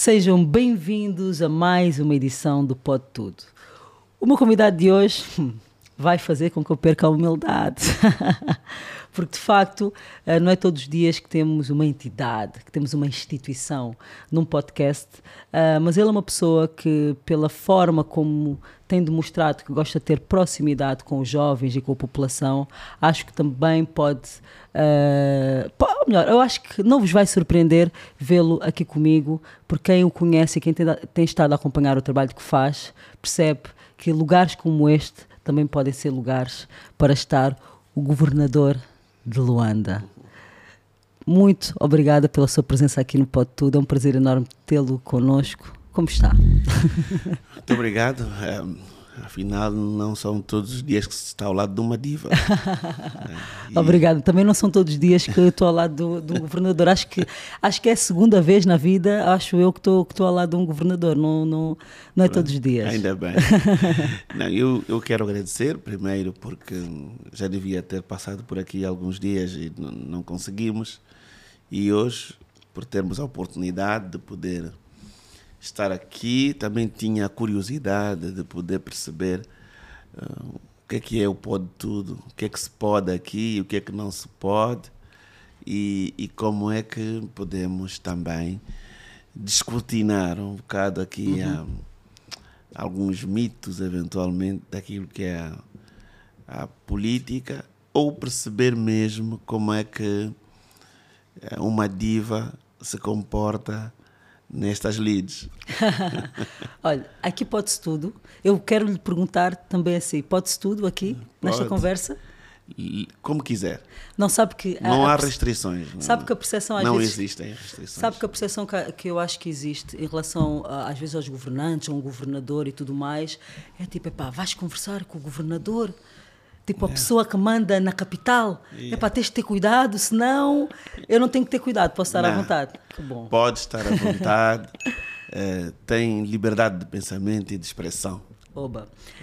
Sejam bem-vindos a mais uma edição do Pode Tudo. O meu convidado de hoje vai fazer com que eu perca a humildade. Porque, de facto, não é todos os dias que temos uma entidade, que temos uma instituição num podcast, mas ele é uma pessoa que, pela forma como tem demonstrado que gosta de ter proximidade com os jovens e com a população, acho que também pode... melhor, eu acho que não vos vai surpreender vê-lo aqui comigo, porque quem o conhece e quem tem estado a acompanhar o trabalho que faz, percebe que lugares como este também podem ser lugares para estar o governador de Luanda. Muito obrigada pela sua presença aqui no Pode Tudo. É um prazer enorme tê-lo connosco. Como está? Muito obrigado. Afinal, não são todos os dias que se está ao lado de uma diva. Obrigado. Também não são todos os dias que eu estou ao lado de um governador. Acho que é a segunda vez na vida, acho eu, que estou ao lado de um governador. Não é todos os dias. Ainda bem. Não, eu quero agradecer, primeiro, porque já devia ter passado por aqui alguns dias e não conseguimos. E hoje, por termos a oportunidade de poder estar aqui, também tinha a curiosidade de poder perceber o que é o Pode Tudo, o que é que se pode aqui e o que é que não se pode e como é que podemos também descortinar um bocado aqui alguns mitos, eventualmente, daquilo que é a política, ou perceber mesmo como é que uma diva se comporta nestas leads. Olha, aqui pode-se tudo. Eu quero lhe perguntar também assim, pode-se tudo aqui, nesta conversa? Como quiser. Não sabe que... Não há restrições. Sabe que a percepção às não vezes... Não existem restrições. Sabe que a percepção que eu acho que existe em relação, às vezes, aos governantes, a um governador e tudo mais, é tipo, vais conversar com o governador? Tipo, a pessoa que manda na capital, tens de ter cuidado, senão eu não tenho que ter cuidado, posso estar à vontade. Que bom. Pode estar à vontade, tem liberdade de pensamento e de expressão. Oba.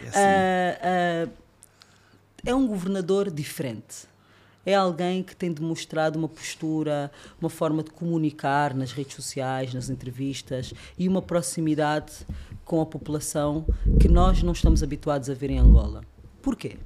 É, assim. É um governador diferente. É alguém que tem demonstrado uma postura, uma forma de comunicar nas redes sociais, nas entrevistas e uma proximidade com a população que nós não estamos habituados a ver em Angola. Porquê?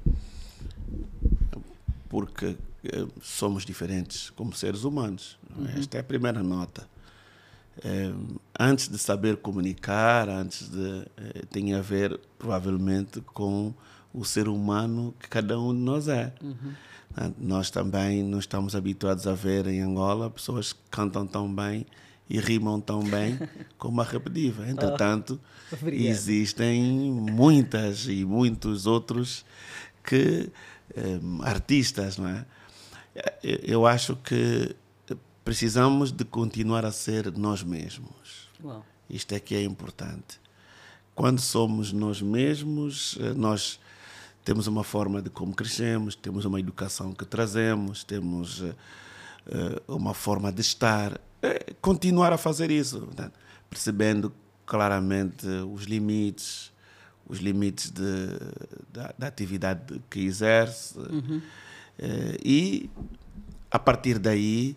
Porque somos diferentes como seres humanos. Esta é a primeira nota. Antes de saber comunicar, tem a ver provavelmente com o ser humano que cada um de nós é. Nós também não estamos habituados a ver em Angola pessoas que cantam tão bem e rimam tão bem como a Repediva. Entretanto, existem muitas e muitos outros artistas, não é? Eu acho que precisamos de continuar a ser nós mesmos. Uau. Isto é que é importante. Quando somos nós mesmos, nós temos uma forma de como crescemos, temos uma educação que trazemos, temos uma forma de estar. Continuar a fazer isso, né? Percebendo claramente os limites da atividade que exerce e, a partir daí,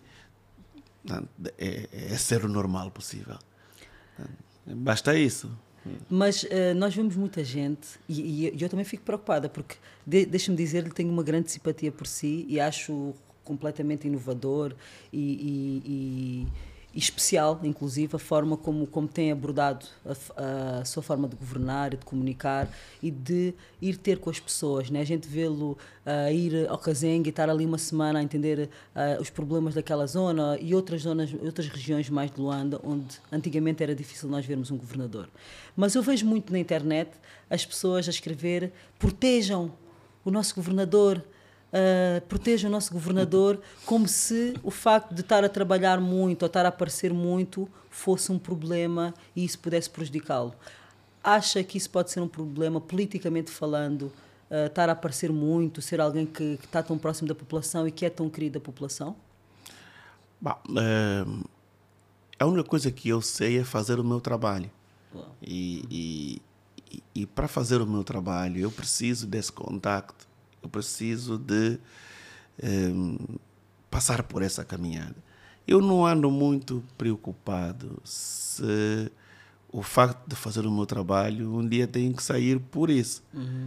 é ser o normal possível. Basta isso. Mas nós vemos muita gente, e eu também fico preocupada, porque, deixa-me dizer-lhe, tenho uma grande simpatia por si e acho completamente inovador e especial, inclusive, a forma como tem abordado a sua forma de governar e de comunicar e de ir ter com as pessoas, né? A gente vê-lo ir ao Kazengue e estar ali uma semana a entender os problemas daquela zona e outras regiões mais de Luanda, onde antigamente era difícil nós vermos um governador. Mas eu vejo muito na internet as pessoas a escrever: protejam o nosso governador, proteja o nosso governador, como se o facto de estar a trabalhar muito ou estar a aparecer muito fosse um problema e isso pudesse prejudicá-lo. Acha que isso pode ser um problema, politicamente falando, estar a aparecer muito, ser alguém que está tão próximo da população e que é tão querido da população? Bom, a única coisa que eu sei é fazer o meu trabalho. E para fazer o meu trabalho eu preciso desse contacto. Eu preciso de passar por essa caminhada. Eu não ando muito preocupado se o facto de fazer o meu trabalho um dia tem que sair por isso.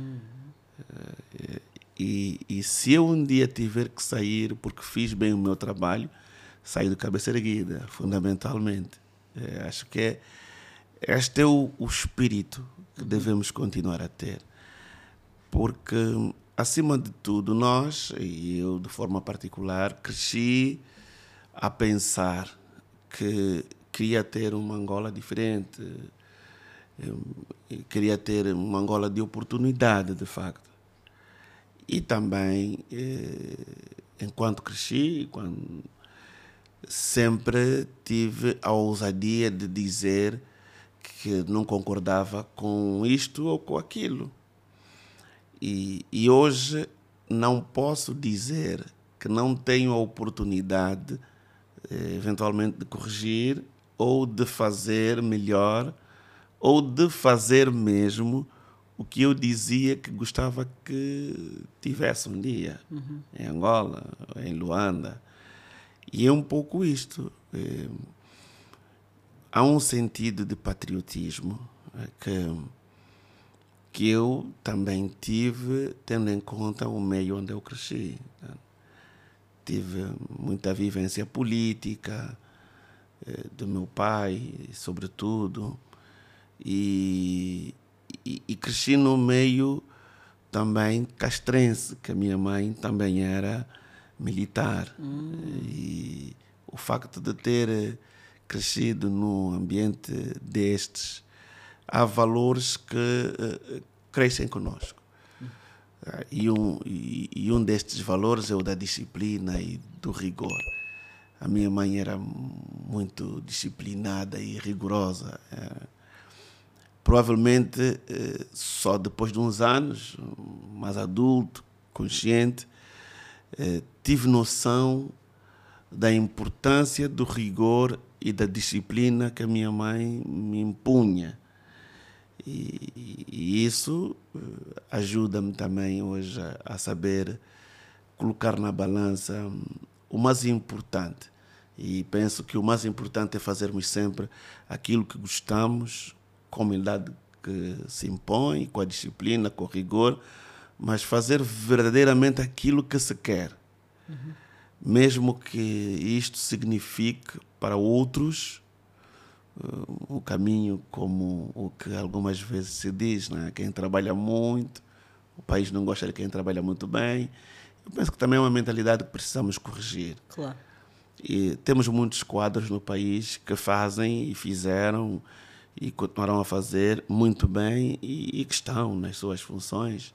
E se eu um dia tiver que sair porque fiz bem o meu trabalho, saio de cabeça erguida, fundamentalmente. Acho que este é o espírito que devemos continuar a ter. Porque, acima de tudo, nós, e eu de forma particular, cresci a pensar que queria ter uma Angola diferente, queria ter uma Angola de oportunidade, de facto. E também, enquanto cresci, sempre tive a ousadia de dizer que não concordava com isto ou com aquilo. E hoje não posso dizer que não tenho a oportunidade, eventualmente, de corrigir ou de fazer melhor ou de fazer mesmo o que eu dizia que gostava que tivesse um dia, em Angola, em Luanda. E é um pouco isto. Há um sentido de patriotismo que eu também tive, tendo em conta o meio onde eu cresci. Tive muita vivência política, do meu pai, sobretudo, e cresci no meio também castrense, que a minha mãe também era militar. E o facto de ter crescido num ambiente destes, há valores que crescem conosco. E um destes valores é o da disciplina e do rigor. A minha mãe era muito disciplinada e rigorosa. Provavelmente só depois de uns anos, mais adulto, consciente, tive noção da importância do rigor e da disciplina que a minha mãe me impunha. E isso ajuda-me também hoje a saber colocar na balança o mais importante. E penso que o mais importante é fazermos sempre aquilo que gostamos, com a humildade que se impõe, com a disciplina, com o rigor, mas fazer verdadeiramente aquilo que se quer. Mesmo que isto signifique para outros um caminho como o que algumas vezes se diz, né? Quem trabalha muito, o país não gosta de quem trabalha muito bem. Eu penso que também é uma mentalidade que precisamos corrigir. Claro. E temos muitos quadros no país que fazem e fizeram e continuarão a fazer muito bem e que estão nas suas funções.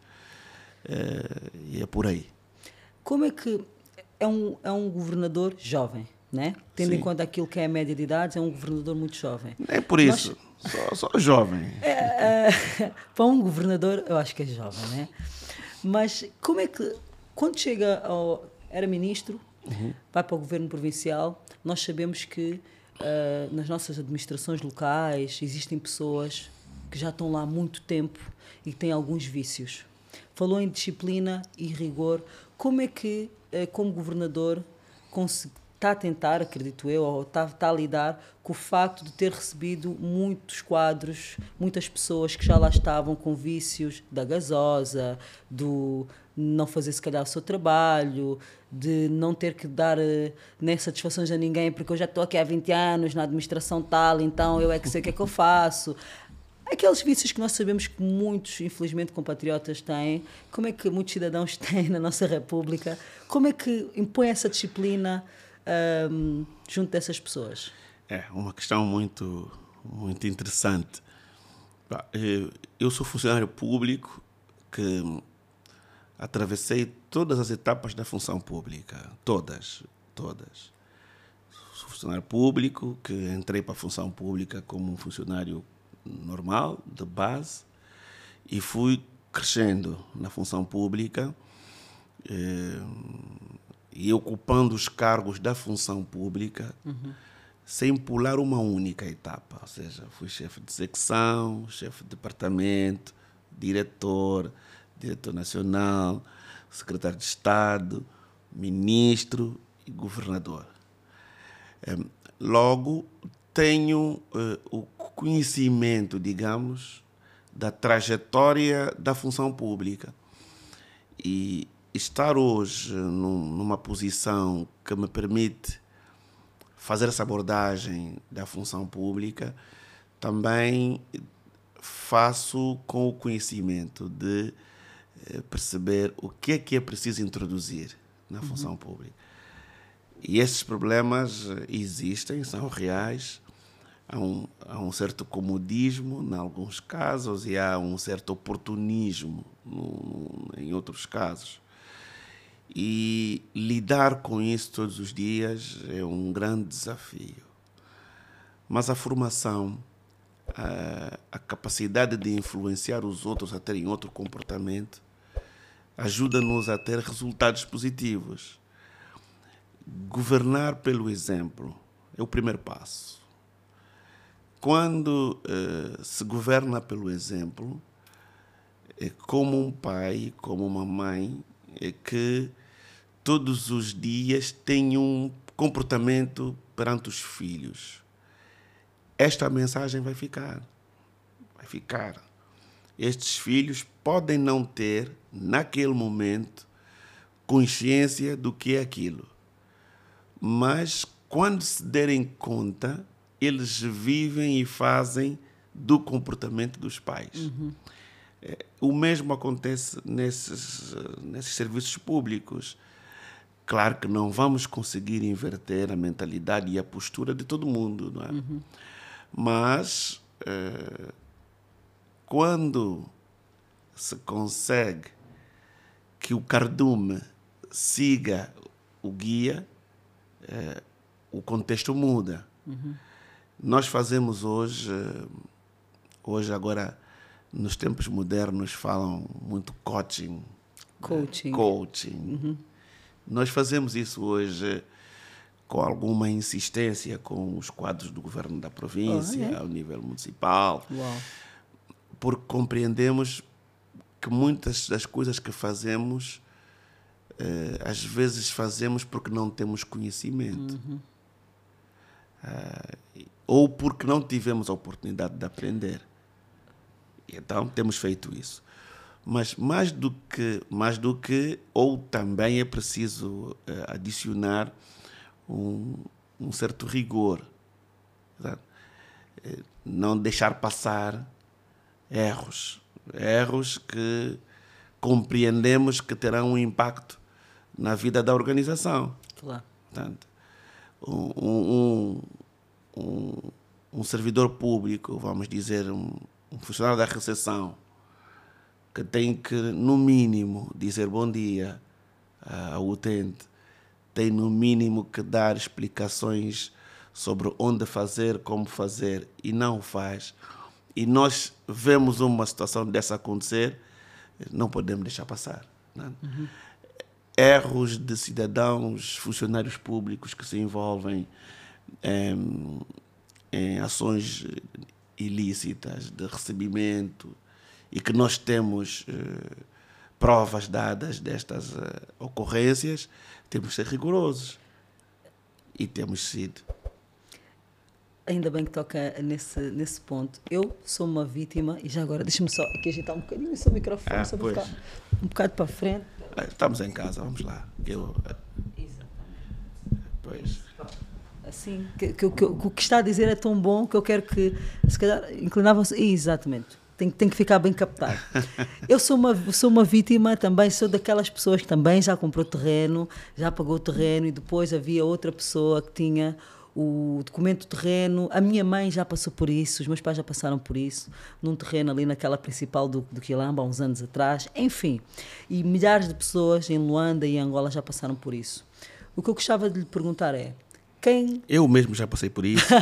E é por aí. Como é que é um governador jovem, né? Tendo Sim. em conta aquilo que é a média de idades, é um governador muito jovem. É por isso, só jovem. Para um governador, eu acho que é jovem, né? Mas como é que, quando chega era ministro, vai para o governo provincial, nós sabemos que nas nossas administrações locais existem pessoas que já estão lá há muito tempo e que têm alguns vícios. Falou em disciplina e rigor. Como é que, como governador, está a tentar, acredito eu, ou está a lidar com o facto de ter recebido muitos quadros, muitas pessoas que já lá estavam com vícios da gasosa, do não fazer se calhar o seu trabalho, de não ter que dar nem satisfações a ninguém, porque eu já estou aqui há 20 anos na administração tal, então eu é que sei o que é que eu faço. Aqueles vícios que nós sabemos que muitos, infelizmente, compatriotas têm, como é que muitos cidadãos têm na nossa República, como é que impõe essa disciplina junto dessas pessoas? É uma questão muito, muito interessante. Eu sou funcionário público que atravessei todas as etapas da função pública, todas. Sou funcionário público que entrei para a função pública como um funcionário normal, de base, e fui crescendo na função pública e ocupando os cargos da função pública sem pular uma única etapa. Ou seja, fui chefe de secção, chefe de departamento, diretor nacional, secretário de Estado, ministro e governador. Logo, tenho o conhecimento, digamos, da trajetória da função pública. E estar hoje numa posição que me permite fazer essa abordagem da função pública, também faço com o conhecimento de perceber o que é preciso introduzir na função pública. E esses problemas existem, são reais. Há um certo comodismo em alguns casos e há um certo oportunismo em outros casos. E lidar com isso todos os dias é um grande desafio. Mas a formação, a capacidade de influenciar os outros a terem outro comportamento, ajuda-nos a ter resultados positivos. Governar pelo exemplo é o primeiro passo. Quando se governa pelo exemplo, é como um pai, como uma mãe, que todos os dias tem um comportamento perante os filhos. Esta mensagem vai ficar. Vai ficar. Estes filhos podem não ter, naquele momento, consciência do que é aquilo. Mas, quando se derem conta, eles vivem e fazem do comportamento dos pais. O mesmo acontece nesses serviços públicos. Claro que não vamos conseguir inverter a mentalidade e a postura de todo mundo, não é? Mas, quando se consegue que o cardume siga o guia, o contexto muda. Nós fazemos hoje agora, nos tempos modernos, falam muito coaching. Nós fazemos isso hoje com alguma insistência com os quadros do governo da província, ao nível municipal, porque compreendemos que muitas das coisas que fazemos, às vezes fazemos porque não temos conhecimento. Ou porque não tivemos a oportunidade de aprender. Então, temos feito isso. Mas mais do que, ou também é preciso adicionar um certo rigor. Sabe? Não deixar passar erros que compreendemos que terão um impacto na vida da organização. Claro. Portanto, um servidor público, vamos dizer, um funcionário da recepção, que tem que, no mínimo, dizer bom dia ao utente, tem, no mínimo, que dar explicações sobre onde fazer, como fazer, e não o faz. E nós vemos uma situação dessa acontecer, não podemos deixar passar. Não é? Erros de cidadãos, funcionários públicos que se envolvem em ações ilícitas de recebimento e que nós temos provas dadas destas ocorrências, temos de ser rigorosos. E temos sido. Ainda bem que toca nesse ponto. Eu sou uma vítima, e já agora deixa-me só aqui agitar um bocadinho o seu microfone, só para ficar um bocado para a frente. Estamos em casa, vamos lá. Exatamente. Pois. Assim, o que está a dizer é tão bom que eu quero que, se calhar, inclinavam-se. Exatamente. Tem que ficar bem captado. Eu sou uma vítima também, sou daquelas pessoas que também já comprou terreno, já pagou o terreno e depois havia outra pessoa que tinha o documento do terreno. A minha mãe já passou por isso, os meus pais já passaram por isso, num terreno ali naquela principal do Quilamba, há uns anos atrás. Enfim, e milhares de pessoas em Luanda e em Angola já passaram por isso. O que eu gostava de lhe perguntar é, quem... Eu mesmo já passei por isso.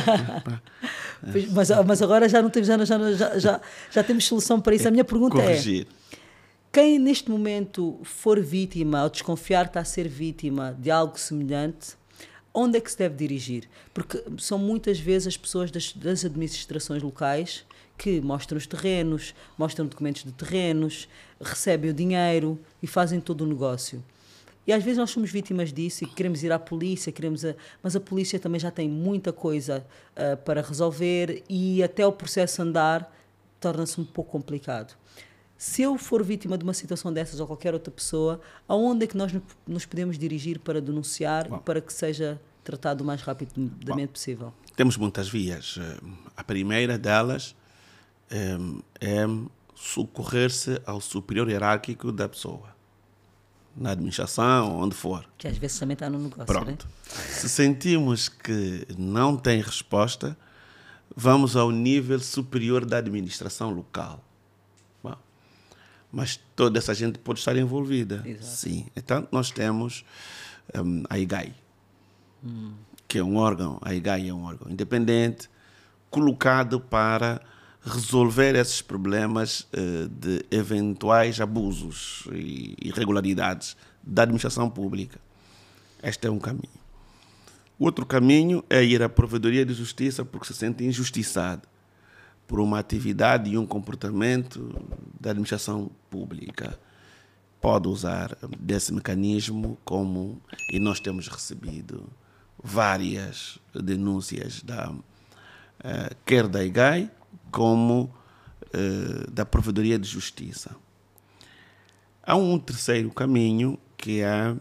mas agora já não temos, já temos solução para isso. A minha pergunta corrigir. É, quem neste momento for vítima ou desconfiar que está a ser vítima de algo semelhante, onde é que se deve dirigir? Porque são muitas vezes as pessoas das administrações locais que mostram os terrenos, mostram documentos de terrenos, recebem o dinheiro e fazem todo o negócio. E às vezes nós somos vítimas disso e queremos ir à polícia, mas a polícia também já tem muita coisa para resolver e até o processo andar torna-se um pouco complicado. Se eu for vítima de uma situação dessas ou qualquer outra pessoa, aonde é que nós nos podemos dirigir para denunciar e para que seja tratado o mais rapidamente possível? Temos muitas vias. A primeira delas é socorrer-se ao superior hierárquico da pessoa, na administração, onde for. Que às vezes também está no negócio, Pronto. Né? Se sentimos que não tem resposta, vamos ao nível superior da administração local. Bom, mas toda essa gente pode estar envolvida. Exato. Sim. Então, nós temos a IGAI, que é um órgão, a IGAI é um órgão independente, colocado para resolver esses problemas de eventuais abusos e irregularidades da administração pública. Este é um caminho. Outro caminho é ir à Provedoria de Justiça porque se sente injustiçado por uma atividade e um comportamento da administração pública. Pode usar desse mecanismo e nós temos recebido várias denúncias quer da IGAI como da Provedoria de Justiça. Há um terceiro caminho que é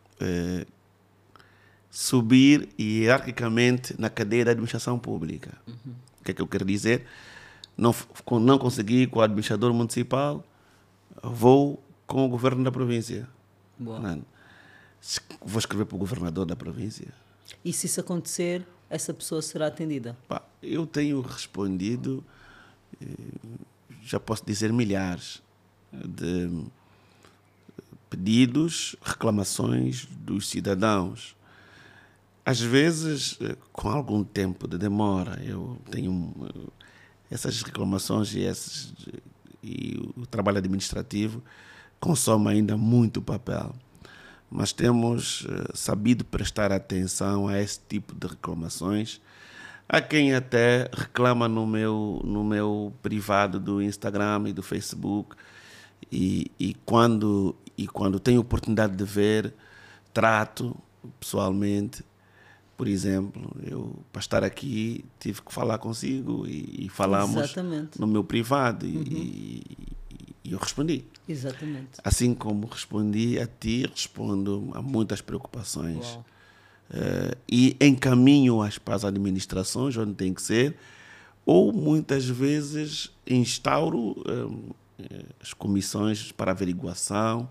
subir hierarquicamente na cadeia da administração pública. O que é que eu quero dizer? Não consegui com o administrador municipal, vou com o governo da província. Não, vou escrever para o governador da província. E se isso acontecer, essa pessoa será atendida? Eu tenho respondido, já posso dizer, milhares de pedidos, reclamações dos cidadãos. Às vezes, com algum tempo de demora, eu tenho essas reclamações e o trabalho administrativo consome ainda muito papel. Mas temos sabido prestar atenção a esse tipo de reclamações. Há quem até reclama no meu privado do Instagram e do Facebook e quando tenho oportunidade de ver, trato pessoalmente. Por exemplo, eu, para estar aqui, tive que falar consigo e falamos Exatamente. no meu privado e eu respondi. Exatamente. Assim como respondi a ti, respondo a muitas preocupações. E encaminho-as para as administrações onde tem que ser, ou muitas vezes instauro as comissões para averiguação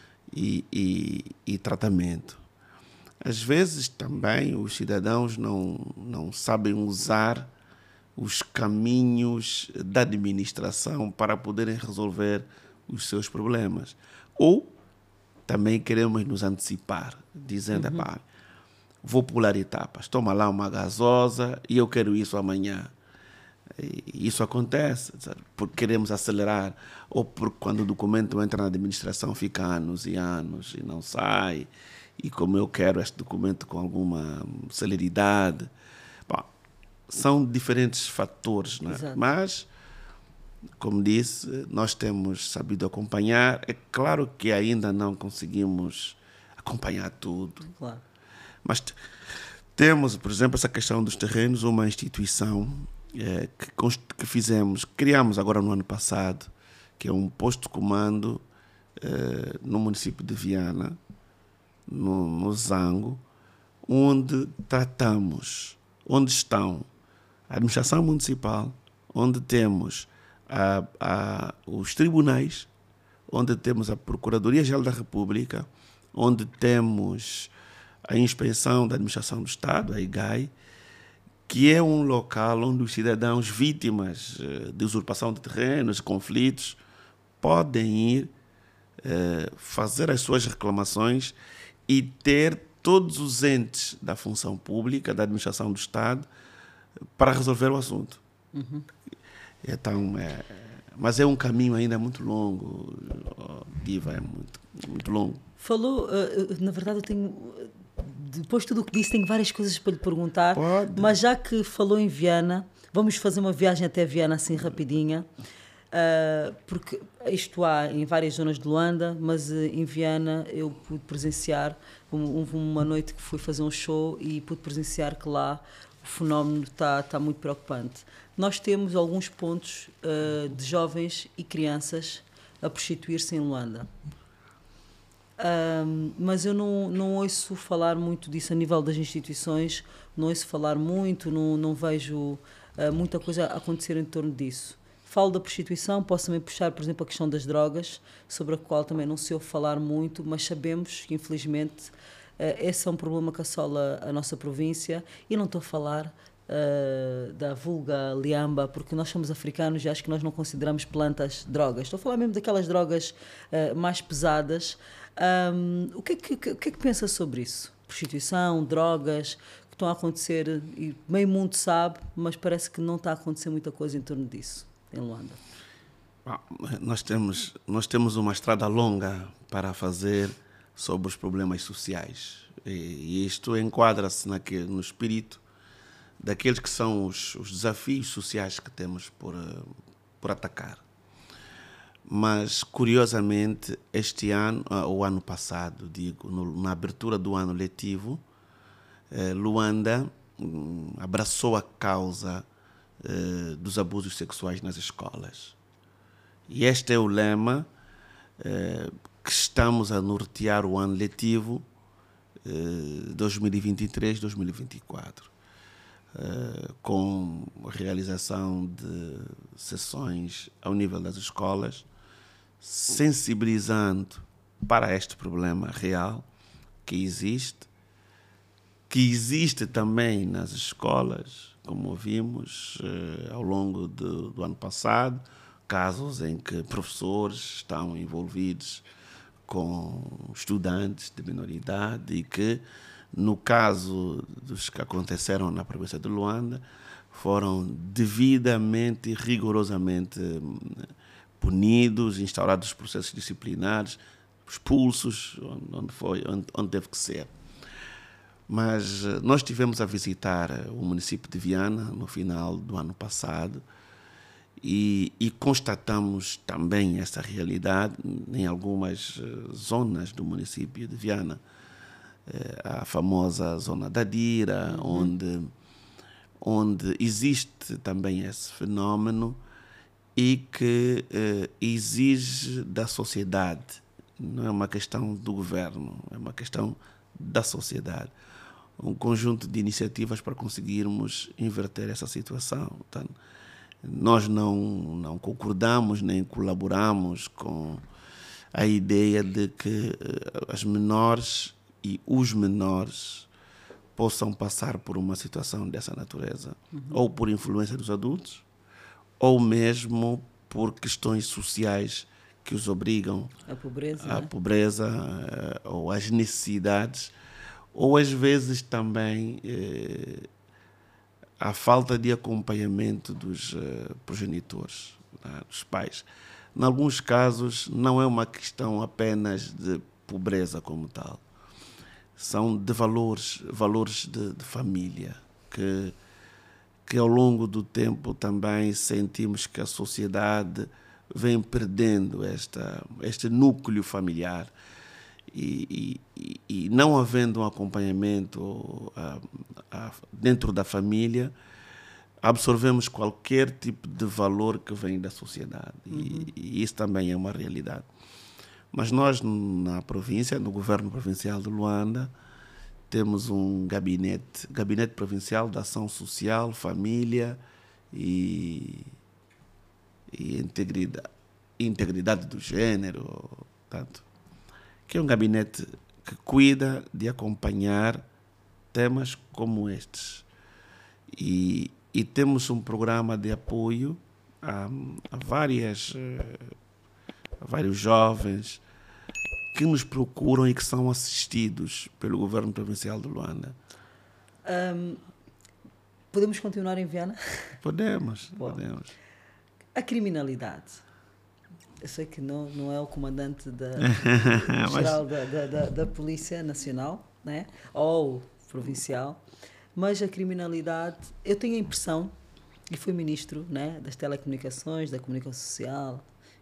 e tratamento. Às vezes também os cidadãos não sabem usar os caminhos da administração para poderem resolver os seus problemas. Ou também queremos nos antecipar, dizendo, vou pular etapas, toma lá uma gasosa e eu quero isso amanhã. E isso acontece, sabe? Porque queremos acelerar, ou porque quando o documento entra na administração fica anos e anos e não sai. E como eu quero este documento com alguma celeridade. Bom, são diferentes fatores, não é? Mas, como disse, nós temos sabido acompanhar. É claro que ainda não conseguimos acompanhar tudo. Claro. Mas temos, por exemplo, essa questão dos terrenos, uma instituição que criamos agora no ano passado, que é um posto de comando no município de Viana, no Zango, onde tratamos, onde estão a administração municipal, onde temos os tribunais, onde temos a Procuradoria-Geral da República, onde temos a Inspeção da Administração do Estado, a IGAI, que é um local onde os cidadãos vítimas de usurpação de terrenos, conflitos, podem ir fazer as suas reclamações e ter todos os entes da função pública, da administração do Estado, para resolver o assunto. Então, mas é um caminho ainda muito longo, Diva, é muito longo. Falou, na verdade eu tenho, depois de tudo o que disse, tenho várias coisas para lhe perguntar. Pode. Mas já que falou em Viana, vamos fazer uma viagem até Viana assim rapidinha. porque isto há em várias zonas de Luanda, mas em Viana eu pude presenciar, houve uma noite que fui fazer um show e pude presenciar que lá o fenómeno está muito preocupante. Nós temos alguns pontos de jovens e crianças a prostituir-se em Luanda. Mas eu não ouço falar muito disso a nível das instituições, não ouço falar muito, não vejo muita coisa a acontecer em torno disso. Falo da prostituição, posso também puxar, por exemplo, a questão das drogas, sobre a qual também não se ouve falar muito, mas sabemos que, infelizmente, esse é um problema que assola a nossa província, e não estou a falar da vulga liamba, porque nós somos africanos e acho que nós não consideramos plantas drogas. Estou a falar mesmo daquelas drogas mais pesadas. O que é que pensa sobre isso? Prostituição, drogas, que estão a acontecer, e meio mundo sabe, mas parece que não está a acontecer muita coisa em torno disso, em Luanda. Nós temos uma estrada longa para fazer sobre os problemas sociais. E isto enquadra-se no espírito daqueles que são os desafios sociais que temos por atacar. Mas, curiosamente, este ano, o ano passado, na abertura do ano letivo, Luanda abraçou a causa dos abusos sexuais nas escolas. E este é o lema que estamos a nortear o ano letivo 2023-2024. Com a realização de sessões ao nível das escolas, sensibilizando para este problema real que existe também nas escolas, como ouvimos ao longo do ano passado, casos em que professores estão envolvidos com estudantes de menor idade e que, no caso dos que aconteceram na província de Luanda, foram devidamente e rigorosamente punidos, instaurados processos disciplinares, expulsos onde deve que ser. Mas nós estivemos a visitar o município de Viana no final do ano passado e constatamos também essa realidade em algumas zonas do município de Viana. A famosa zona da Dira, onde existe também esse fenómeno e que exige da sociedade. Não é uma questão do governo, é uma questão da sociedade. Um conjunto de iniciativas para conseguirmos inverter essa situação. Portanto, nós não concordamos nem colaboramos com a ideia de que as menores e os menores possam passar por uma situação dessa natureza, ou por influência dos adultos, ou mesmo por questões sociais que os obrigam à pobreza, ou às necessidades, ou às vezes também à falta de acompanhamento dos progenitores, dos pais. Em alguns casos, não é uma questão apenas de pobreza como tal. São de valores de família, que ao longo do tempo também sentimos que a sociedade vem perdendo este núcleo familiar. E não havendo um acompanhamento dentro da família, absorvemos qualquer tipo de valor que vem da sociedade. E isso também é uma realidade. Mas nós, na província, no governo provincial de Luanda, temos um gabinete provincial de ação social, família e integridade do gênero, tanto, que é um gabinete que cuida de acompanhar temas como estes. E temos um programa de apoio a vários jovens que nos procuram e que são assistidos pelo governo provincial de Luanda. Podemos continuar em Viana? Podemos. A criminalidade. Eu sei que não é o comandante geral da Polícia Nacional, né? Ou provincial, mas a criminalidade, eu tenho a impressão e foi ministro, né, das telecomunicações, da comunicação social,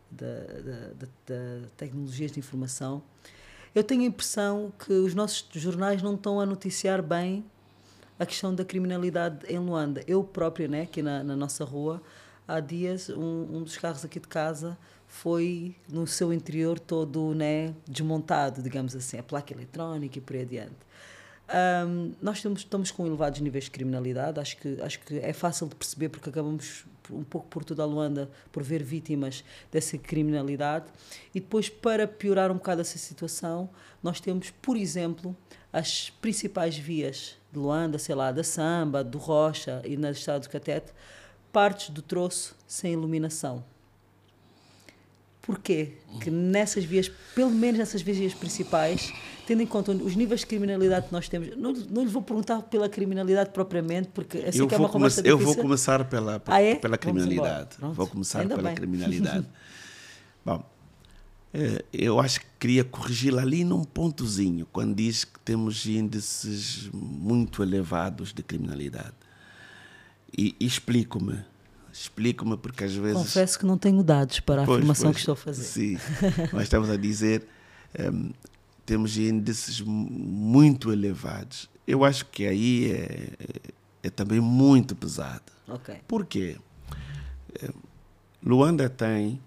da tecnologias de informação. Eu tenho a impressão que os nossos jornais não estão a noticiar bem a questão da criminalidade em Luanda. Eu própria, né, aqui na nossa rua, há dias, um dos carros aqui de casa foi no seu interior todo, né, desmontado, digamos assim, a placa eletrónica e por aí adiante. Nós estamos com elevados níveis de criminalidade, acho que é fácil de perceber porque acabamos um pouco por toda a Luanda por ver vítimas dessa criminalidade e depois, para piorar um bocado essa situação, nós temos, por exemplo, as principais vias de Luanda, sei lá, da Samba, do Rocha e na estrada do Catete, partes do troço sem iluminação. Porquê? Que nessas vias, pelo menos nessas vias principais, tendo em conta os níveis de criminalidade que nós temos, não lhe vou perguntar pela criminalidade propriamente, porque eu sei que é uma conversa difícil. Eu vou começar pela criminalidade. Vou começar Ainda pela bem. criminalidade. Bom, eu acho que queria corrigi-la ali num pontozinho, quando diz que temos índices muito elevados de criminalidade. E explico-me porque às vezes... Confesso que não tenho dados para a afirmação que estou a fazer. Sim, nós estamos a dizer... temos índices muito elevados. Eu acho que aí é também muito pesado. Okay. Por quê? Luanda tem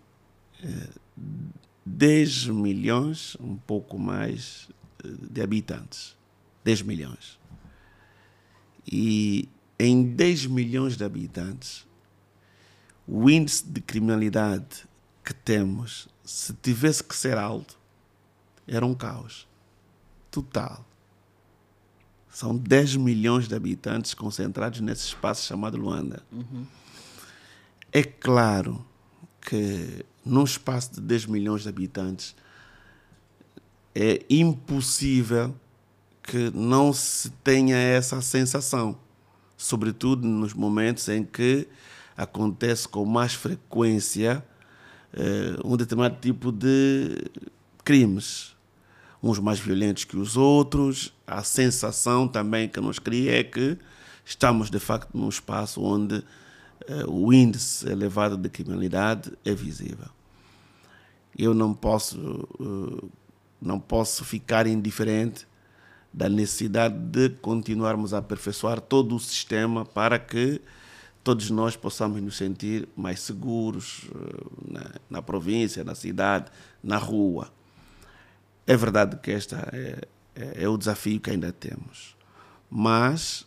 10 milhões, um pouco mais, de habitantes. 10 milhões. E em 10 milhões de habitantes, o índice de criminalidade que temos, se tivesse que ser alto, era um caos total. São 10 milhões de habitantes concentrados nesse espaço chamado Luanda. Uhum. É claro que num espaço de 10 milhões de habitantes é impossível que não se tenha essa sensação, sobretudo nos momentos em que acontece com mais frequência um determinado tipo de crimes, uns mais violentos que os outros. A sensação também que nos cria é que estamos, de facto, num espaço onde o índice elevado de criminalidade é visível. Eu não posso ficar indiferente da necessidade de continuarmos a aperfeiçoar todo o sistema para que todos nós possamos nos sentir mais seguros na província, na cidade, na rua. É verdade que este é o desafio que ainda temos. Mas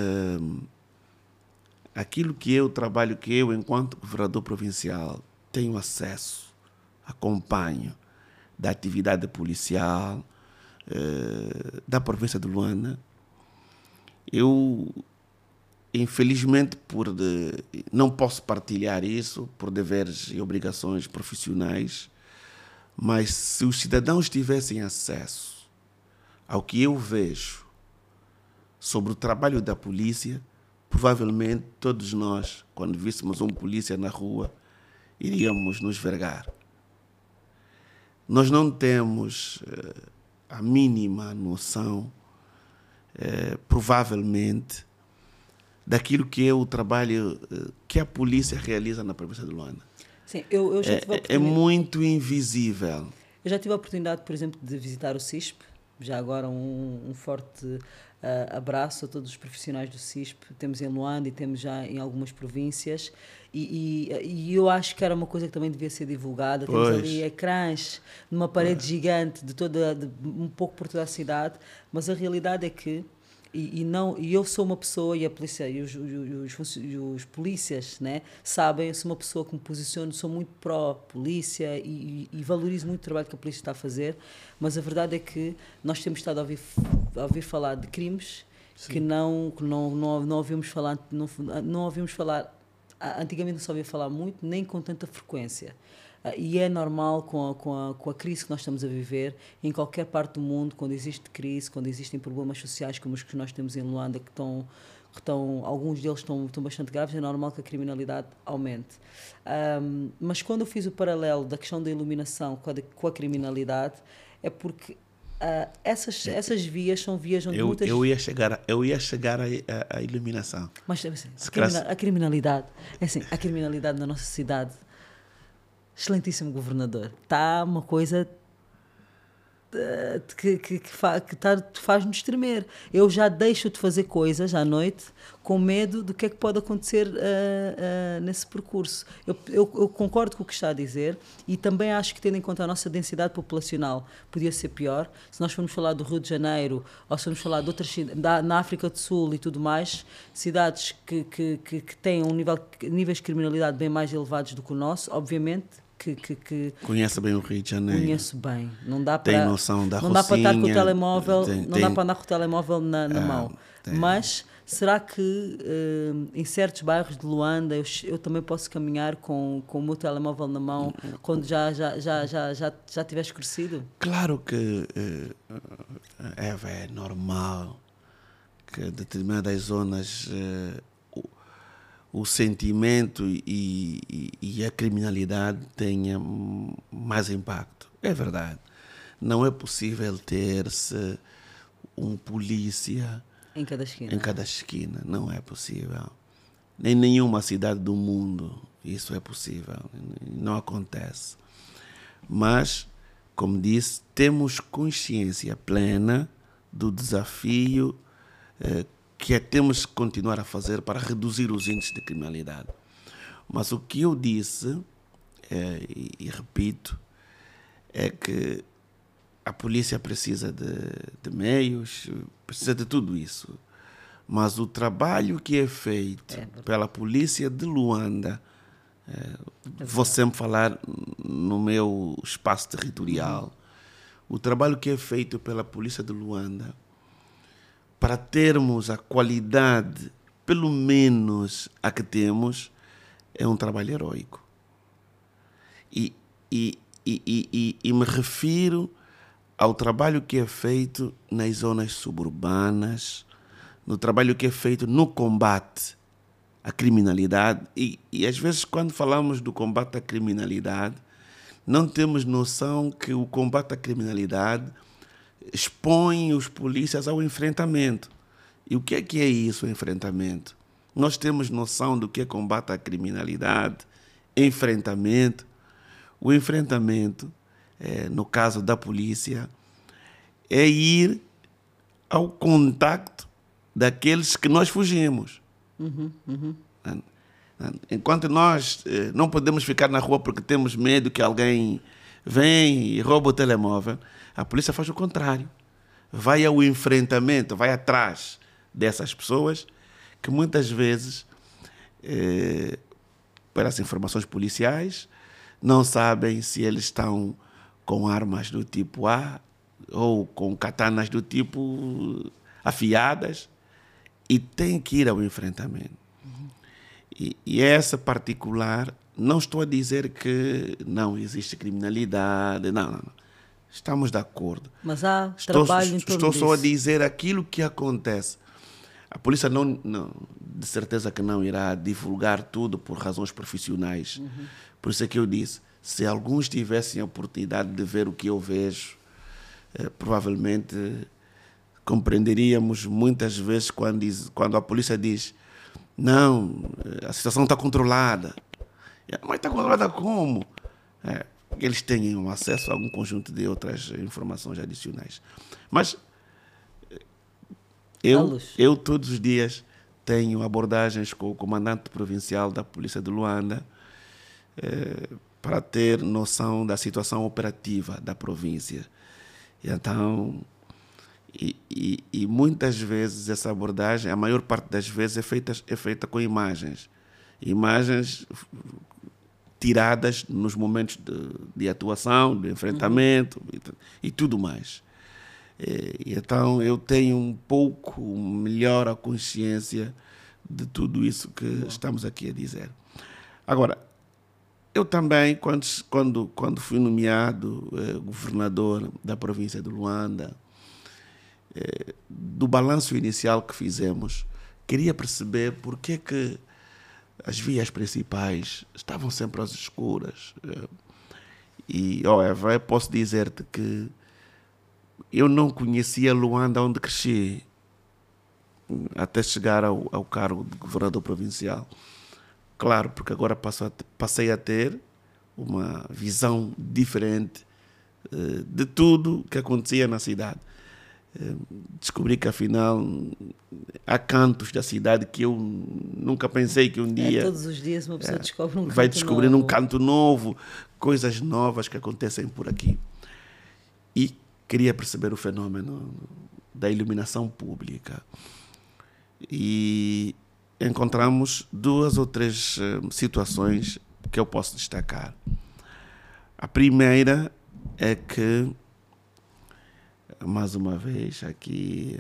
o trabalho que eu, enquanto governador provincial, tenho acesso, acompanho, da atividade policial da província de Luanda, eu, infelizmente, não posso partilhar isso por deveres e obrigações profissionais, mas se os cidadãos tivessem acesso ao que eu vejo sobre o trabalho da polícia, provavelmente todos nós, quando víssemos um polícia na rua, iríamos nos vergar. Nós não temos a mínima noção, provavelmente, daquilo que é o trabalho que a polícia realiza na província de Luanda. Sim, eu já tive a oportunidade. É muito invisível. Eu já tive a oportunidade, por exemplo, de visitar o CISP. Já agora um forte abraço a todos os profissionais do CISP. Temos em Luanda e temos já em algumas províncias. E eu acho que era uma coisa que também devia ser divulgada. Temos ali ecrãs numa parede gigante de um pouco por toda a cidade. Mas a realidade é que e eu sou uma pessoa, e a polícia e os polícias, né, sabem, eu sou uma pessoa que me posiciono, sou muito pró-polícia e valorizo muito o trabalho que a polícia está a fazer, mas a verdade é que nós temos estado a ouvir falar de crimes que não ouvimos falar, não ouvimos falar, antigamente não se ouvia falar muito, nem com tanta frequência. E é normal com a crise que nós estamos a viver, em qualquer parte do mundo, quando existe crise, quando existem problemas sociais como os que nós temos em Luanda, alguns deles estão bastante graves, é normal que a criminalidade aumente. Mas quando eu fiz o paralelo da questão da iluminação com a criminalidade, é porque essas vias são vias onde muitas... Eu ia chegar à iluminação. Mas assim, a criminalidade, é assim, a criminalidade na nossa cidade, excelentíssimo governador, está uma coisa que faz-nos tremer. Eu já deixo de fazer coisas à noite com medo do que é que pode acontecer nesse percurso. Eu concordo com o que está a dizer e também acho que, tendo em conta a nossa densidade populacional, podia ser pior. Se nós formos falar do Rio de Janeiro ou se formos falar de outras cidades, na África do Sul e tudo mais, cidades que têm níveis de criminalidade bem mais elevados do que o nosso, obviamente. Conhece bem o Rio de Janeiro. Conheço bem. Não dá para, tem noção da não dá para estar com o telemóvel, não dá para andar com o telemóvel na mão. Mas será que em certos bairros de Luanda eu também posso caminhar com o meu telemóvel na mão quando já tiver escurecido? Claro que é normal que em determinadas zonas o sentimento e a criminalidade tenham mais impacto. É verdade. Não é possível ter-se um polícia em cada esquina. Não é possível. Em nenhuma cidade do mundo isso é possível. Não acontece. Mas, como disse, temos consciência plena do desafio que temos que continuar a fazer para reduzir os índices de criminalidade. Mas o que eu disse, e repito, é que a polícia precisa de meios, precisa de tudo isso. Mas o trabalho que é feito pela polícia de Luanda, vou sempre falar no meu espaço territorial, o trabalho que é feito pela polícia de Luanda, para termos a qualidade, pelo menos a que temos, é um trabalho heróico. E me refiro ao trabalho que é feito nas zonas suburbanas, no trabalho que é feito no combate à criminalidade. E às vezes, quando falamos do combate à criminalidade, não temos noção que o combate à criminalidade expõe os polícias ao enfrentamento. E o que é isso, o enfrentamento? Nós temos noção do que é combate à criminalidade, enfrentamento. O enfrentamento, no caso da polícia, é ir ao contacto daqueles que nós fugimos. Enquanto nós não podemos ficar na rua porque temos medo que alguém venha e rouba o telemóvel, a polícia faz o contrário. Vai ao enfrentamento, vai atrás dessas pessoas que muitas vezes, pelas informações policiais, não sabem se eles estão com armas do tipo A ou com katanas do tipo afiadas e tem que ir ao enfrentamento. E essa particular, não estou a dizer que não existe criminalidade, não. Estamos de acordo. Mas há trabalho em torno Estou só a disso. dizer aquilo que acontece. A polícia não, de certeza que não irá divulgar tudo por razões profissionais. Por isso é que eu disse, se alguns tivessem a oportunidade de ver o que eu vejo, provavelmente compreenderíamos muitas vezes quando a polícia diz não, a situação está controlada. Mas está controlada como? Eles têm acesso a algum conjunto de outras informações adicionais. Mas eu todos os dias tenho abordagens com o comandante provincial da Polícia de Luanda para ter noção da situação operativa da província. E então, e muitas vezes essa abordagem, a maior parte das vezes, é feita com imagens. Imagens tiradas nos momentos de atuação, de enfrentamento e tudo mais. E então eu tenho um pouco melhor a consciência de tudo isso que estamos aqui a dizer. Agora, eu também, quando fui nomeado governador da província de Luanda, do balanço inicial que fizemos, queria perceber por que as vias principais estavam sempre às escuras. E, Eva, eu posso dizer-te que eu não conhecia Luanda onde cresci, até chegar ao cargo de governador provincial. Claro, porque agora passei a ter uma visão diferente de tudo que acontecia na cidade. Descobri que, afinal, há cantos da cidade que eu nunca pensei que um dia... todos os dias uma pessoa descobre um canto vai descobrindo novo. um canto novo, coisas novas que acontecem por aqui. E queria perceber o fenômeno da iluminação pública. E encontramos 2 ou 3 situações que eu posso destacar. A primeira é que, mais uma vez, aqui,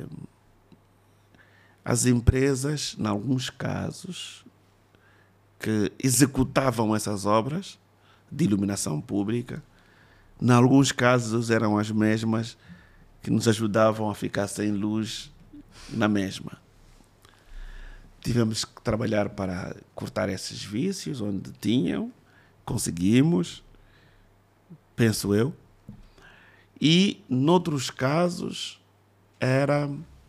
as empresas, em alguns casos, que executavam essas obras de iluminação pública, em alguns casos eram as mesmas que nos ajudavam a ficar sem luz na mesma. Tivemos que trabalhar para cortar esses vícios onde tinham, conseguimos, penso eu. E, noutros casos, era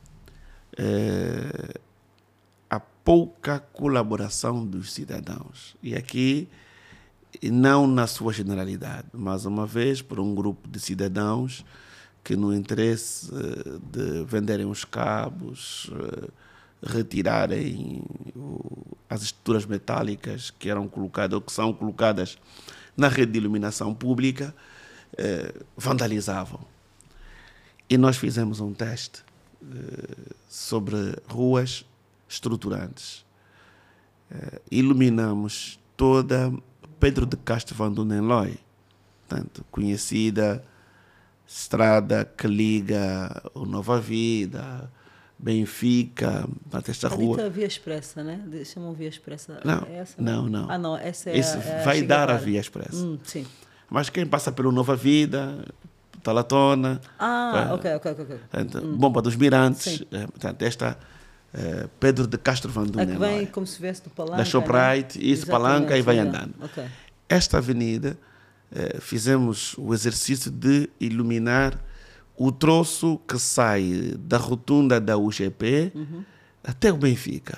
a pouca colaboração dos cidadãos. E aqui, não na sua generalidade, mais uma vez, por um grupo de cidadãos que, no interesse de venderem os cabos, retirarem as estruturas metálicas que eram colocadas ou que são colocadas na rede de iluminação pública, vandalizavam. E nós fizemos um teste sobre ruas estruturantes. Iluminamos toda Pedro de Castro Van Dunenloy, portanto, conhecida estrada que liga o Nova Vida, Benfica, esta rua. A Via Expressa, né? Chamam Via Expressa. Não, é essa, não. Ah, não, essa é Isso a vai dar a Chegada. Via Expressa. Sim. Mas quem passa pelo Nova Vida, Talatona, ok. portanto, Bomba dos Mirantes, portanto, esta Pedro de Castro Van A que Dunenloy, vem como se viesse do Palanca. da Shoprite, né? isso, Palanca, e vai andando. Okay. Esta avenida, fizemos o exercício de iluminar o troço que sai da rotunda da UGP até o Benfica.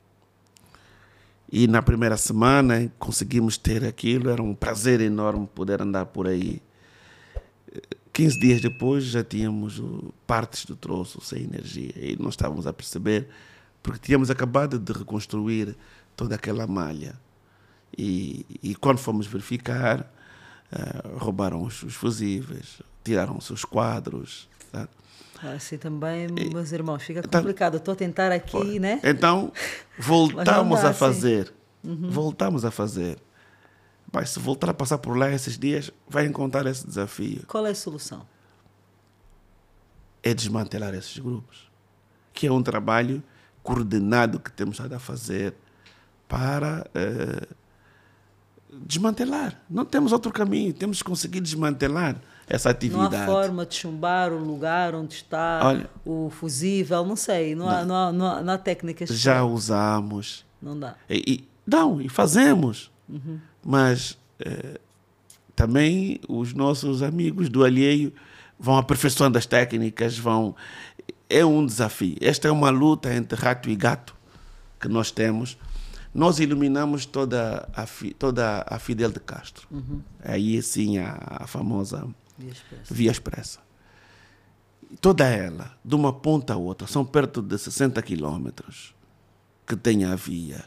E na primeira semana conseguimos ter aquilo, era um prazer enorme poder andar por aí. 15 dias depois já tínhamos partes do troço sem energia e não estávamos a perceber, porque tínhamos acabado de reconstruir toda aquela malha. E quando fomos verificar, roubaram os fusíveis, tiraram os seus quadros. Tá? Assim também, meus irmãos, fica complicado. Estou a tentar aqui, né? Então, voltamos a fazer. Assim. Voltamos a fazer. Mas se voltar a passar por lá esses dias, vai encontrar esse desafio. Qual é a solução? É desmantelar esses grupos. Que é um trabalho coordenado que temos a fazer para desmantelar. Não temos outro caminho. Temos que conseguir desmantelar essa atividade. Não há forma de chumbar o lugar onde está o fusível, não sei. Não há técnicas. Já usamos. Não dá. E fazemos. Mas também os nossos amigos do alheio vão aperfeiçoando as técnicas, é um desafio. Esta é uma luta entre rato e gato que nós temos. Nós iluminamos toda a Fidel de Castro. Aí sim a famosa Via Expressa. Toda ela, de uma ponta a outra, são perto de 60 quilômetros que tem a via.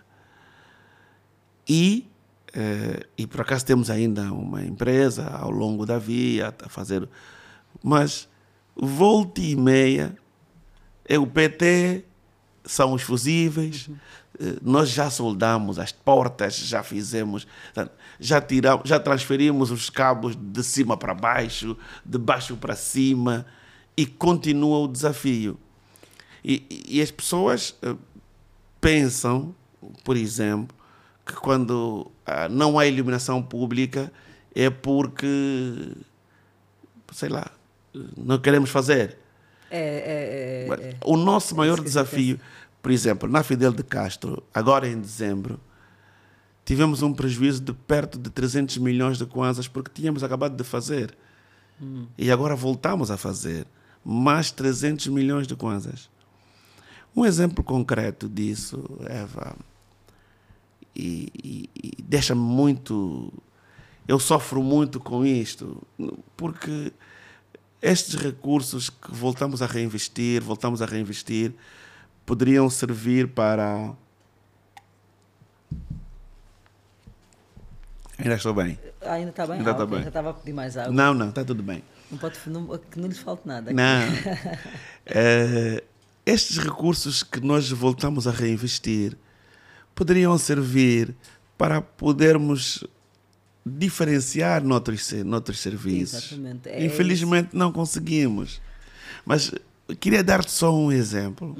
E por acaso temos ainda uma empresa ao longo da via a fazer, mas volta e meia é o PT, são os fusíveis, nós já soldamos as portas, já fizemos, já transferimos os cabos de cima para baixo, de baixo para cima, e continua o desafio. E as pessoas pensam, por exemplo, que quando não há iluminação pública é porque, sei lá, não queremos fazer. O nosso maior desafio, por exemplo, na Fidel de Castro, agora em dezembro, tivemos um prejuízo de perto de 300 milhões de kwanzas porque tínhamos acabado de fazer. E agora voltamos a fazer. mais 300 milhões de kwanzas. Um exemplo concreto disso, Eva, e deixa-me muito... Eu sofro muito com isto, porque estes recursos que voltamos a reinvestir, poderiam servir para... Ainda estou bem. Ainda está bem? Ainda está Okay. bem. Já estava a pedir mais água. Não, está tudo bem. Que não lhes falte nada. Aqui. Não. Estes recursos que nós voltamos a reinvestir poderiam servir para podermos diferenciar noutros serviços. Exatamente. Infelizmente não conseguimos. Mas eu queria dar-te só um exemplo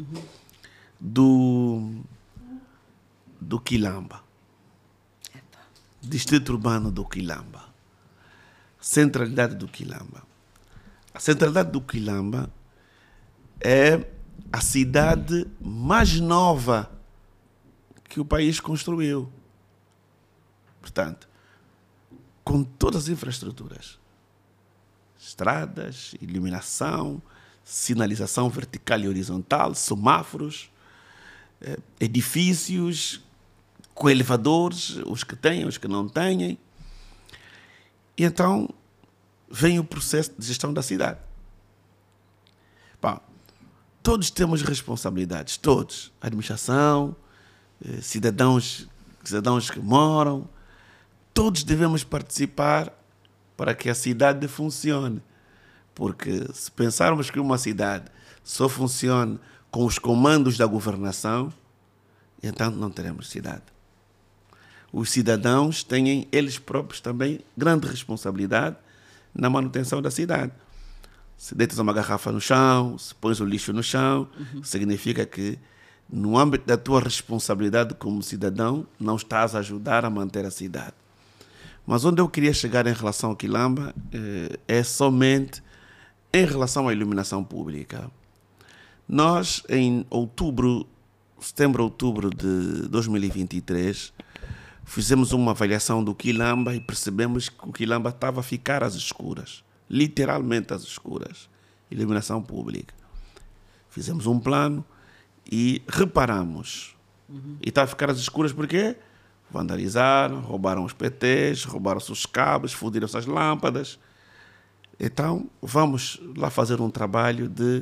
do Quilamba. Distrito Urbano do Quilamba. Centralidade do Quilamba. A centralidade do Quilamba é a cidade mais nova que o país construiu. Portanto, com todas as infraestruturas, estradas, iluminação, sinalização vertical e horizontal, semáforos, edifícios, com elevadores, os que têm, os que não têm. E então vem o processo de gestão da cidade. Bom, todos temos responsabilidades, todos. A administração, cidadãos que moram, todos devemos participar para que a cidade funcione. Porque se pensarmos que uma cidade só funcione com os comandos da governação, então não teremos cidade. Os cidadãos têm, eles próprios também, grande responsabilidade na manutenção da cidade. Se deitas uma garrafa no chão, se pões o lixo no chão, significa que, no âmbito da tua responsabilidade como cidadão, não estás a ajudar a manter a cidade. Mas onde eu queria chegar em relação ao Quilamba é somente em relação à iluminação pública. Nós, em setembro, outubro de 2023, fizemos uma avaliação do Quilamba e percebemos que o Quilamba estava a ficar às escuras, literalmente às escuras, iluminação pública. Fizemos um plano e reparamos. E está a ficar às escuras porque vandalizaram, roubaram os PTs, roubaram-se os cabos, fundiram-se as lâmpadas. Então, vamos lá fazer um trabalho de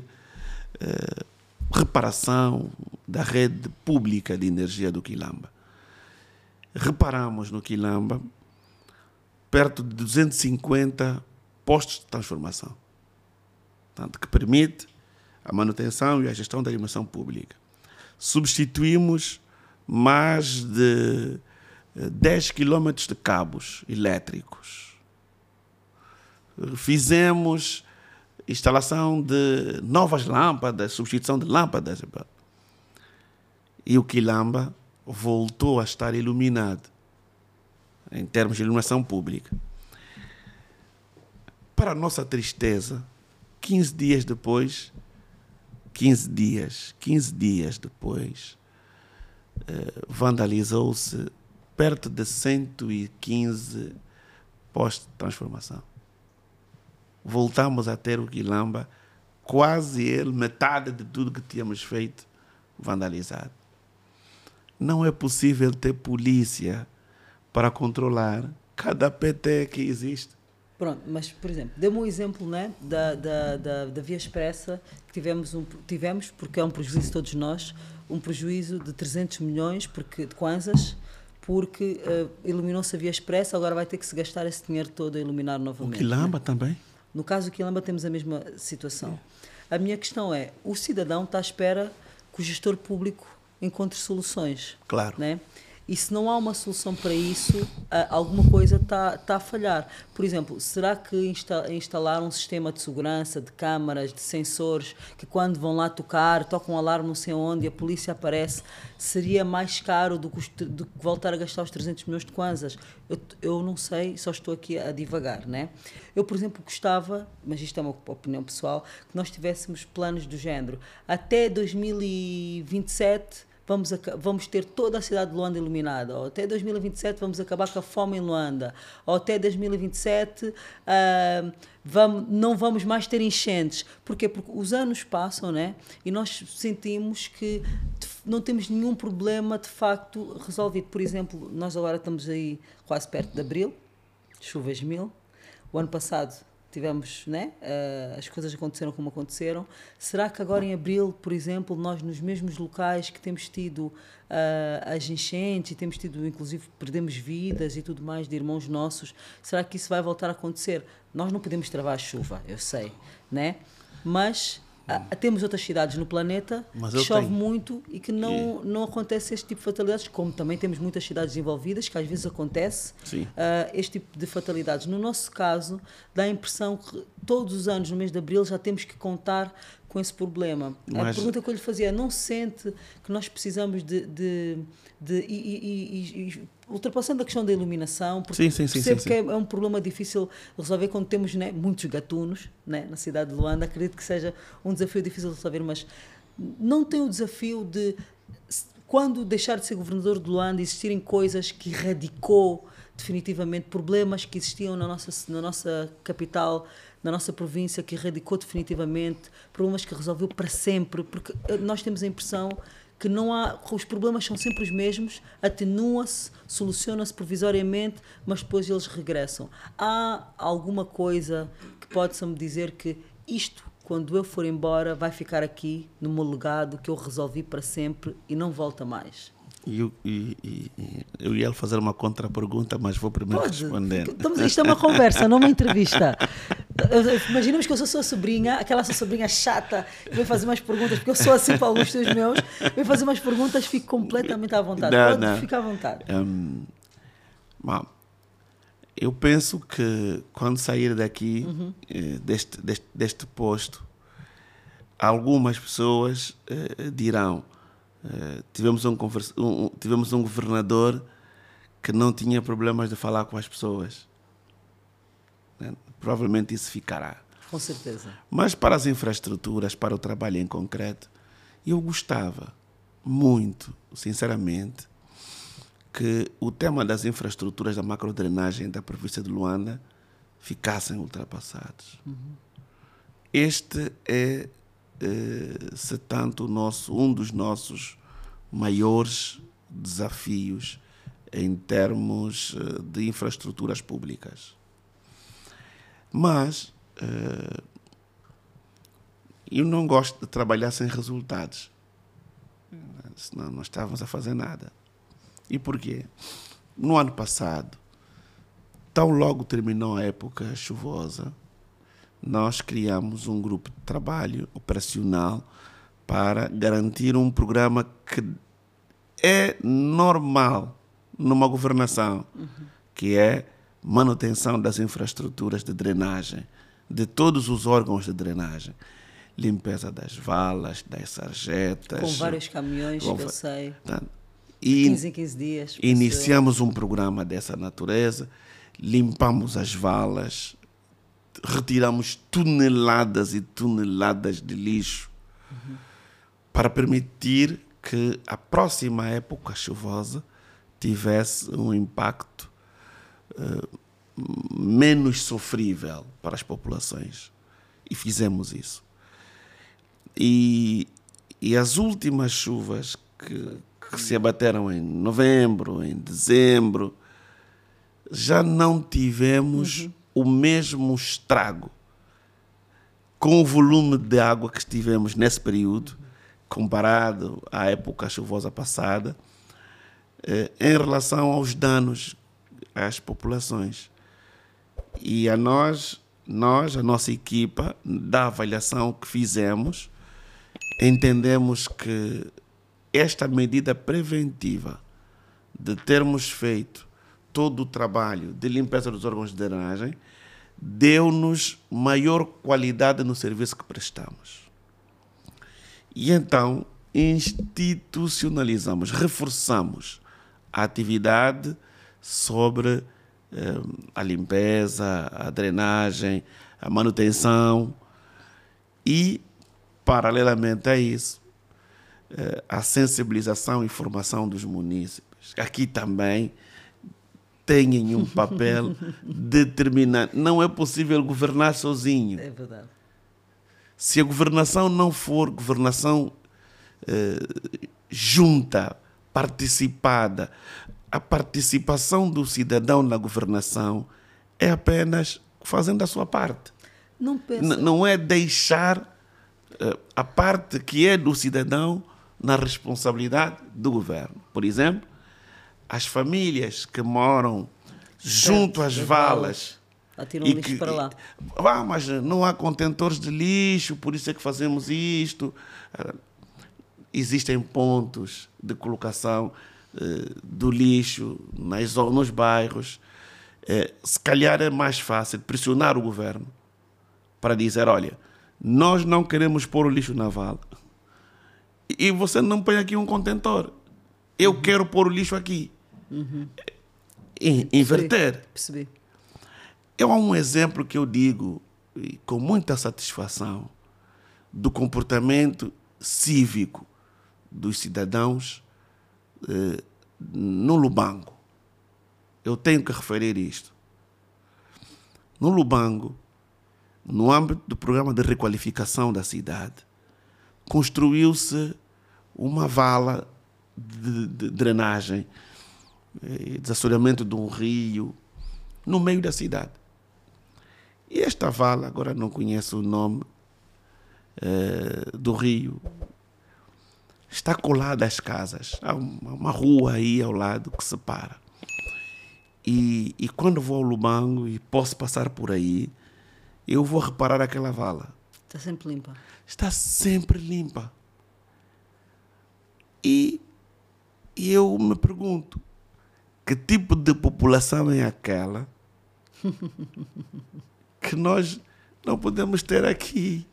reparação da rede pública de energia do Quilamba. Reparamos no Quilamba perto de 250 postos de transformação, tanto que permite a manutenção e a gestão da iluminação pública. Substituímos mais de 10 quilômetros de cabos elétricos. Fizemos instalação de novas lâmpadas, substituição de lâmpadas. E o Quilamba voltou a estar iluminado em termos de iluminação pública. Para a nossa tristeza, 15 dias depois, vandalizou-se perto de 115 postos de transformação. Voltamos a ter o Quilamba, quase metade de tudo que tínhamos feito, vandalizado. Não é possível ter polícia para controlar cada PT que existe. Pronto, mas, por exemplo, dê-me um exemplo, né, da Via Expressa, que tivemos, porque é um prejuízo de todos nós, um prejuízo de 300 milhões de kwanzas, porque iluminou-se a Via Expressa, agora vai ter que se gastar esse dinheiro todo a iluminar novamente. O Quilamba, né? Também? No caso do Quilamba temos a mesma situação. A minha questão é, o cidadão está à espera que o gestor público encontre soluções. Claro. Né? E se não há uma solução para isso, alguma coisa está a falhar. Por exemplo, será que instalar um sistema de segurança, de câmaras, de sensores, que quando vão lá tocam um alarme não sei onde e a polícia aparece, seria mais caro do que voltar a gastar os 300 milhões de kwanzas? Eu não sei, só estou aqui a divagar, né? Eu, por exemplo, gostava, mas isto é uma opinião pessoal, que nós tivéssemos planos do género. Até 2027... vamos ter toda a cidade de Luanda iluminada, ou até 2027 vamos acabar com a fome em Luanda, ou até 2027 não vamos mais ter enchentes. Porquê? Porque os anos passam, né? E nós sentimos que não temos nenhum problema de facto resolvido. Por exemplo, nós agora estamos aí quase perto de abril, chuvas mil. O ano passado tivemos, né? As coisas aconteceram como aconteceram. Será que agora em abril, por exemplo, nós nos mesmos locais que temos tido as enchentes e temos tido, inclusive, perdemos vidas e tudo mais de irmãos nossos, será que isso vai voltar a acontecer? Nós não podemos travar a chuva, eu sei, né? Mas temos outras cidades no planeta que chove muito e que não acontece este tipo de fatalidades, como também temos muitas cidades envolvidas, que às vezes acontece este tipo de fatalidades. No nosso caso, dá a impressão que todos os anos, no mês de abril, já temos que contar com esse problema. A pergunta que eu lhe fazia é, não sente que nós precisamos ultrapassando a questão da iluminação, porque percebo que é um problema difícil de resolver quando temos, né, muitos gatunos, né, na cidade de Luanda. Acredito que seja um desafio difícil de resolver, mas não tem o desafio de, quando deixar de ser governador de Luanda, existirem coisas que erradicou definitivamente, problemas que existiam na nossa capital, na nossa província, que erradicou definitivamente, problemas que resolveu para sempre, porque nós temos a impressão que os problemas são sempre os mesmos, atenuam-se, solucionam-se provisoriamente, mas depois eles regressam. Há alguma coisa que possa-me dizer que isto, quando eu for embora, vai ficar aqui no meu legado, que eu resolvi para sempre e não volta mais? Eu ia fazer uma contra-pergunta, mas vou primeiro responder. Isto é uma conversa, não uma entrevista. Imaginamos que eu sou sua sobrinha, aquela sua sobrinha chata, que vem fazer umas perguntas, porque eu sou assim para alguns dos meus, vem fazer umas perguntas, fico completamente à vontade. Pode ficar à vontade. Eu penso que quando sair daqui, deste posto, algumas pessoas dirão: tivemos um governador que não tinha problemas de falar com as pessoas. Provavelmente isso ficará. Com certeza. Mas para as infraestruturas, para o trabalho em concreto, eu gostava muito, sinceramente, que o tema das infraestruturas da macrodrenagem da província de Luanda ficassem ultrapassados. Este é, se tanto, um dos nossos maiores desafios em termos de infraestruturas públicas. Mas eu não gosto de trabalhar sem resultados, senão não estávamos a fazer nada. E porquê? No ano passado, tão logo terminou a época chuvosa, nós criamos um grupo de trabalho operacional para garantir um programa que é normal numa governação, que é manutenção das infraestruturas de drenagem, de todos os órgãos de drenagem. Limpeza das valas, das sarjetas. Com vários caminhões, que eu sei. E 15 em 15 dias. Iniciamos um programa dessa natureza, limpamos as valas, retiramos toneladas e toneladas de lixo para permitir que a próxima época chuvosa tivesse um impacto menos sofrível para as populações. E fizemos isso. E as últimas chuvas que se abateram em novembro, em dezembro, já não tivemos o mesmo estrago com o volume de água que tivemos nesse período, comparado à época chuvosa passada, em relação aos danos às populações. E a nossa equipa, da avaliação que fizemos, entendemos que esta medida preventiva de termos feito todo o trabalho de limpeza dos órgãos de drenagem deu-nos maior qualidade no serviço que prestamos. E então institucionalizamos, reforçamos a atividade sobre a limpeza, a drenagem, a manutenção e, paralelamente a isso, a sensibilização e formação dos munícipes. Aqui também têm um papel determinante. Não é possível governar sozinho. É verdade. Se a governação não for governação junta, participada, a participação do cidadão na governação é apenas fazendo a sua parte. Não é deixar a parte que é do cidadão na responsabilidade do governo. Por exemplo, as famílias que moram junto às valas atiram lixo para lá. Mas não há contentores de lixo, por isso é que fazemos isto. Existem pontos de colocação do lixo nos bairros. Se calhar é mais fácil pressionar o governo para dizer, olha, nós não queremos pôr o lixo na vala e você não põe aqui um contentor. Eu quero pôr o lixo aqui. Inverter. Percebi. É um exemplo que eu digo com muita satisfação do comportamento cívico dos cidadãos no Lubango. Eu tenho que referir isto. No Lubango, no âmbito do programa de requalificação da cidade, construiu-se uma vala de drenagem, desassoreamento de um rio, no meio da cidade. E esta vala, agora não conheço o nome do rio, está colada às casas. Há uma rua aí ao lado que separa. E quando vou ao Lubango e posso passar por aí, eu vou reparar aquela vala. Está sempre limpa. Está sempre limpa. E eu me pergunto, que tipo de população é aquela que nós não podemos ter aqui?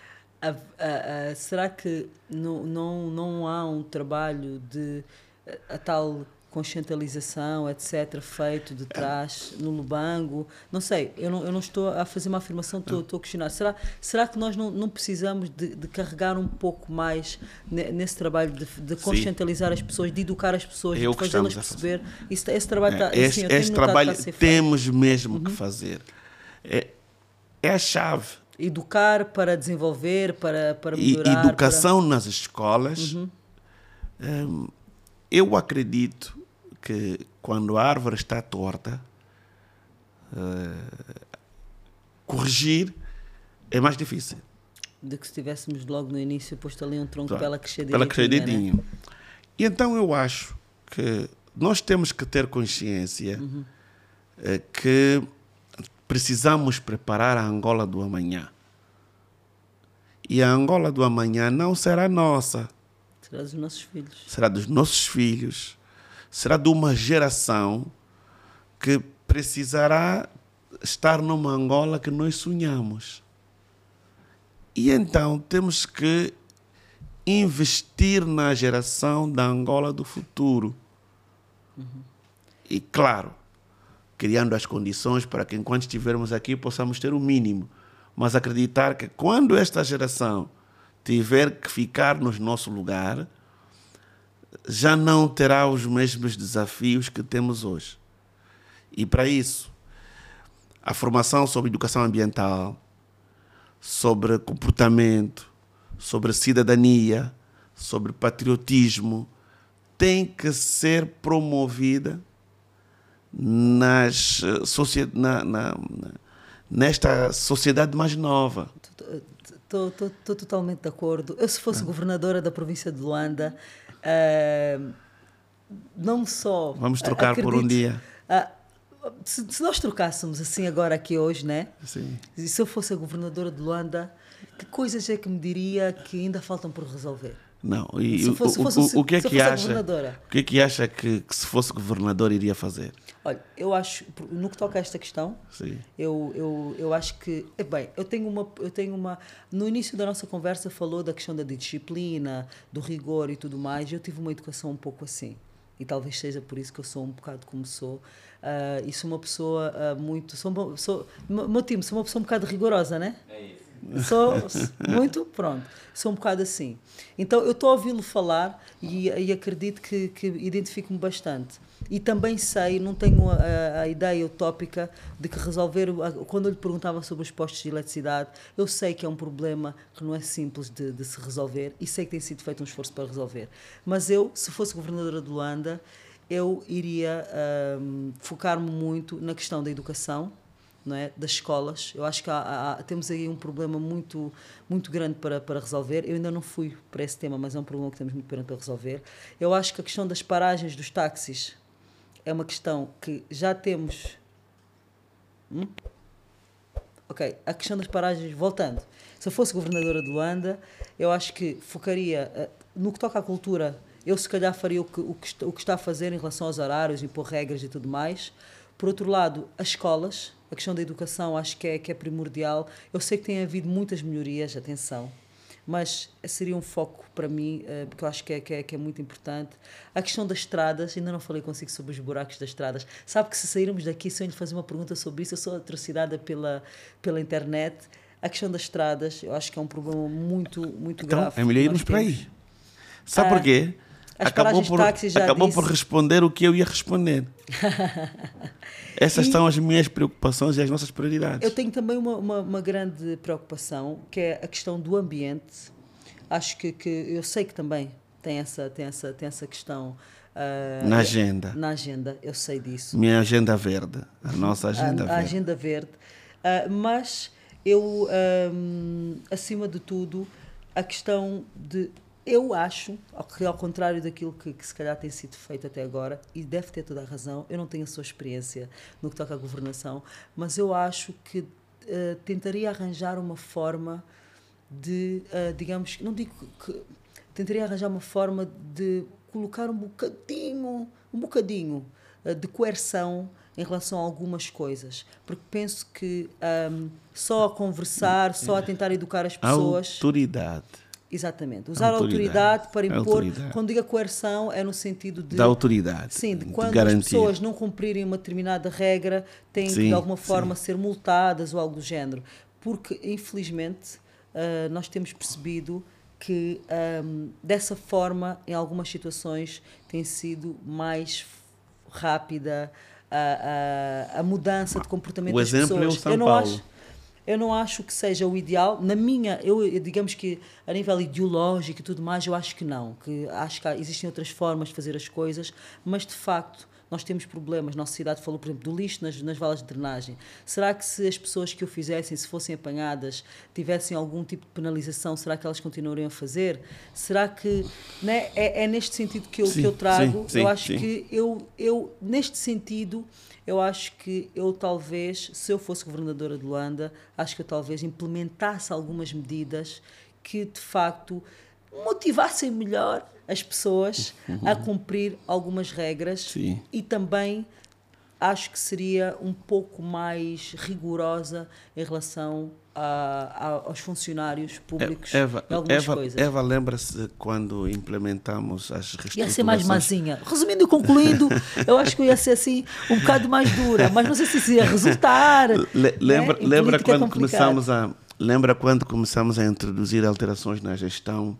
Será que não há um trabalho de a tal conscientização, etc., feito de trás, no Lubango? Não sei, eu não estou a fazer uma afirmação, estou a questionar. Será que nós não precisamos de carregar um pouco mais nesse trabalho de conscientizar as pessoas, de educar as pessoas, de fazê-las perceber? Esse trabalho está... Este trabalho temos mesmo que fazer. É a chave. Educar para desenvolver, para melhorar. Educação nas escolas. Eu acredito que quando a árvore está torta, corrigir é mais difícil. Do que se tivéssemos logo no início posto ali um tronco para ela crescer direitinho. Né? E então eu acho que nós temos que ter consciência que precisamos preparar a Angola do amanhã. E a Angola do amanhã não será nossa. Será dos nossos filhos. Será dos nossos filhos. Será de uma geração que precisará estar numa Angola que nós sonhamos. E então temos que investir na geração da Angola do futuro. E, claro, criando as condições para que, enquanto estivermos aqui, possamos ter o mínimo. Mas acreditar que, quando esta geração tiver que ficar no nosso lugar, já não terá os mesmos desafios que temos hoje. E, para isso, a formação sobre educação ambiental, sobre comportamento, sobre cidadania, sobre patriotismo, tem que ser promovida nesta sociedade mais nova. Estou totalmente de acordo. Eu, se fosse governadora da província de Luanda, não só... Vamos trocar por um dia. Se nós trocássemos assim agora aqui hoje, né? Sim. E se eu fosse a governadora de Luanda, que coisas é que me diria que ainda faltam por resolver? Não, e o que é que acha que se fosse governador iria fazer? Olha, eu acho, no que toca a esta questão, sim, eu acho que, bem, eu tenho uma, no início da nossa conversa falou da questão da disciplina, do rigor e tudo mais, eu tive uma educação um pouco assim, e talvez seja por isso que eu sou um bocado como sou, e sou uma pessoa muito, meu time, sou uma pessoa um bocado rigorosa, né? É isso. Sou muito, pronto. Sou um bocado assim. Então, eu estou a ouvi-lo falar e acredito que identifico-me bastante. E também sei, não tenho a ideia utópica de que resolver... Quando eu lhe perguntava sobre os postos de eletricidade, eu sei que é um problema que não é simples de se resolver e sei que tem sido feito um esforço para resolver. Mas eu, se fosse governadora de Luanda, eu iria focar-me muito na questão da educação, não é? Das escolas. Eu acho que temos aí um problema muito, muito grande para resolver. Eu ainda não fui para esse tema, mas é um problema que temos muito grande para resolver. Eu acho que a questão das paragens dos táxis é uma questão que já temos... Ok, a questão das paragens, voltando. Se eu fosse governadora de Luanda, eu acho que focaria... no que toca à cultura, eu se calhar faria o que está a fazer em relação aos horários, impor regras e tudo mais. Por outro lado, as escolas, a questão da educação acho que é primordial. Eu sei que tem havido muitas melhorias, atenção, mas seria um foco para mim, porque eu acho que é muito importante. A questão das estradas, ainda não falei consigo sobre os buracos das estradas. Sabe que se sairmos daqui, se eu lhe fazer uma pergunta sobre isso, eu sou atrocidada pela internet. A questão das estradas, eu acho que é um problema muito, muito Então, grave. é melhor irmos para aí. Sabe por quê? Acabou por responder o que eu ia responder. Essas são as minhas preocupações e as nossas prioridades. Eu tenho também uma grande preocupação, que é a questão do ambiente. Acho que eu sei que também tem essa questão na agenda. Na agenda, eu sei disso. Minha agenda verde, a nossa agenda verde. A agenda verde. Mas eu, acima de tudo, a questão de... Eu acho, ao contrário daquilo que se calhar tem sido feito até agora, e deve ter toda a razão, eu não tenho a sua experiência no que toca à governação, mas eu acho que tentaria arranjar uma forma de, digamos, não digo que... Tentaria arranjar uma forma de colocar um bocadinho de coerção em relação a algumas coisas, porque penso que só a conversar, só a tentar educar as pessoas... Autoridade. Exatamente. Usar a autoridade para impor... Quando digo coerção, é no sentido de... Da autoridade. Sim, de quando as pessoas não cumprirem uma determinada regra, têm que, de alguma forma, ser multadas ou algo do género. Porque, infelizmente, nós temos percebido que, dessa forma, em algumas situações, tem sido mais rápida a mudança de comportamento das pessoas. O exemplo é o São Paulo. Eu não acho que seja o ideal. Digamos que a nível ideológico e tudo mais, eu acho que não. Acho que existem outras formas de fazer as coisas, mas de facto nós temos problemas. Nossa cidade falou, por exemplo, do lixo nas valas de drenagem. Será que se as pessoas que o fizessem, se fossem apanhadas, tivessem algum tipo de penalização, será que elas continuariam a fazer? Será que... Né? É neste sentido que eu trago. Eu acho que eu, neste sentido... Eu acho que eu talvez, se eu fosse governadora de Luanda, acho que eu talvez implementasse algumas medidas que, de facto, motivassem melhor as pessoas a cumprir algumas regras. Sim. E também acho que seria um pouco mais rigorosa em relação aos funcionários públicos em algumas coisas. Eva, lembra-se quando implementamos as restrições? Ia ser mais mazinha. Resumindo e concluindo, eu acho que eu ia ser assim um bocado mais dura, mas não sei se isso ia resultar. Lembra quando começamos a introduzir alterações na gestão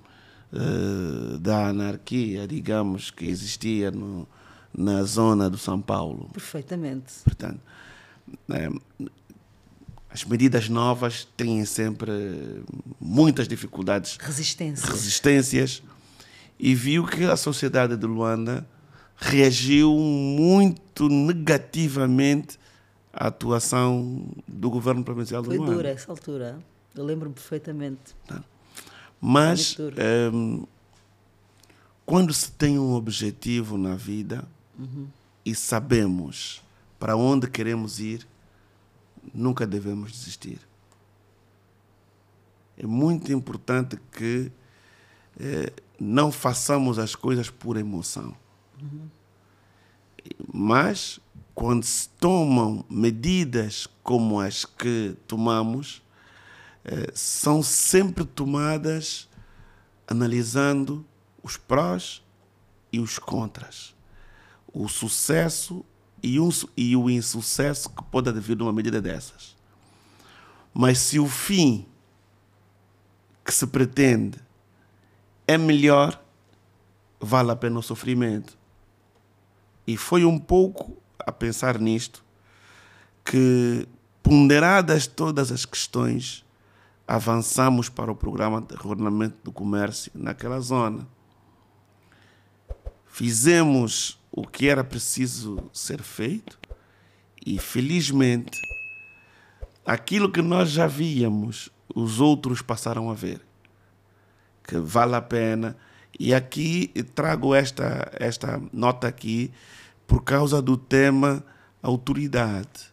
da anarquia, digamos, que existia na zona do São Paulo? Perfeitamente. Portanto, as medidas novas têm sempre muitas dificuldades, resistências, e viu que a sociedade de Luanda reagiu muito negativamente à atuação do governo provincial de Luanda. Foi dura essa altura, eu lembro-me perfeitamente. Mas, quando se tem um objetivo na vida e sabemos para onde queremos ir, nunca devemos desistir. É muito importante que não façamos as coisas por emoção. Mas, quando se tomam medidas como as que tomamos, são sempre tomadas analisando os prós e os contras. O sucesso e o insucesso que pode advir de uma medida dessas. Mas se o fim que se pretende é melhor, vale a pena o sofrimento. E foi um pouco a pensar nisto que, ponderadas todas as questões, avançamos para o programa de regulamento do comércio naquela zona. Fizemos o que era preciso ser feito e, felizmente, aquilo que nós já víamos, os outros passaram a ver, que vale a pena. E aqui trago esta nota aqui por causa do tema autoridade.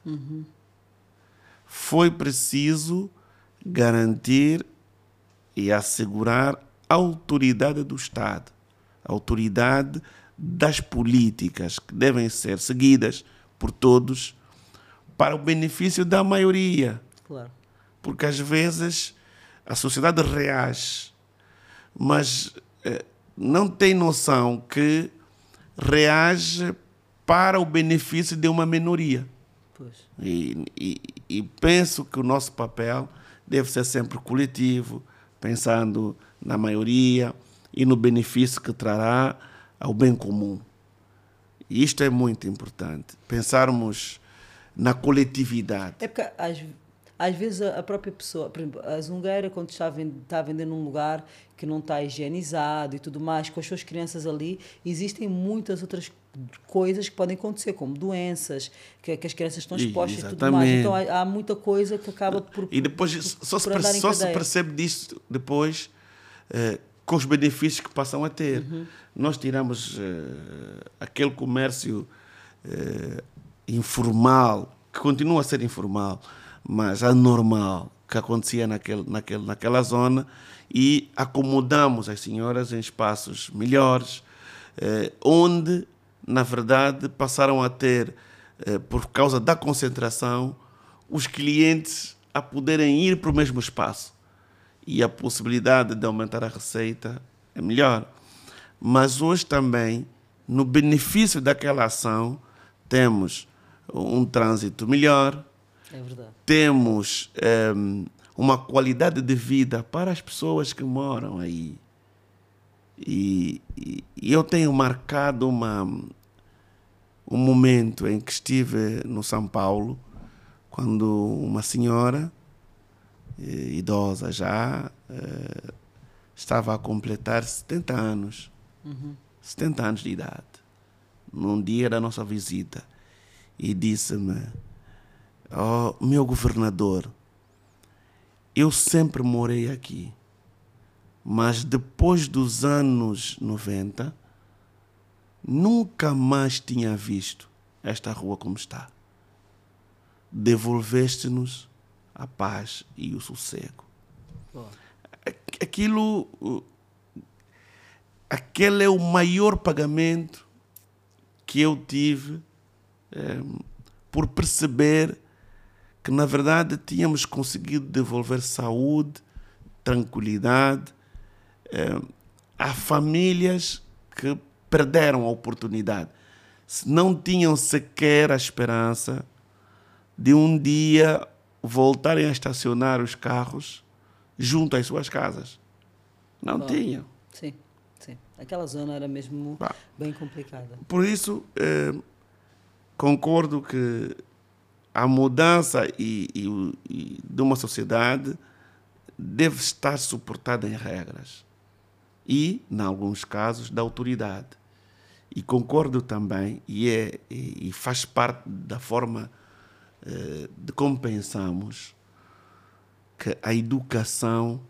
Foi preciso garantir e assegurar a autoridade do Estado, a autoridade das políticas que devem ser seguidas por todos para o benefício da maioria. Claro. Porque às vezes a sociedade reage, mas não tem noção que reage para o benefício de uma minoria. Pois. E penso que o nosso papel deve ser sempre coletivo, pensando na maioria e no benefício que trará ao bem comum. E isto é muito importante, pensarmos na coletividade. É porque às vezes a própria pessoa, por exemplo, a zungueira, quando está a vender num lugar que não está higienizado e tudo mais, com as suas crianças ali, existem muitas outras coisas que podem acontecer, como doenças, que as crianças estão expostas e tudo mais. Então há muita coisa que acaba por. E depois só se percebe disso depois com os benefícios que passam a ter. Nós tiramos aquele comércio informal, que continua a ser informal, mas anormal, que acontecia naquela zona, e acomodamos as senhoras em espaços melhores, onde, na verdade, passaram a ter, por causa da concentração, os clientes a poderem ir para o mesmo espaço. E a possibilidade de aumentar a receita é melhor. Mas hoje também, no benefício daquela ação, temos um trânsito melhor, é verdade. Temos uma qualidade de vida para as pessoas que moram aí. E eu tenho marcado um momento em que estive no São Paulo, quando uma senhora, idosa já, estava a completar 70 anos. 70 anos de idade. Num dia da nossa visita. E disse-me: "Oh, meu governador, eu sempre morei aqui, mas depois dos anos 90, nunca mais tinha visto esta rua como está. Devolveste-nos a paz e o sossego." Aquele é o maior pagamento que eu tive por perceber que, na verdade, tínhamos conseguido devolver saúde, tranquilidade a famílias que perderam a oportunidade. Se não tinham sequer a esperança de um dia voltarem a estacionar os carros junto às suas casas. Não tinham. Sim, sim. Aquela zona era mesmo bem complicada. Por isso, concordo que a mudança de uma sociedade deve estar suportada em regras e, em alguns casos, da autoridade. E concordo também, e faz parte da forma de como pensamos, que a educação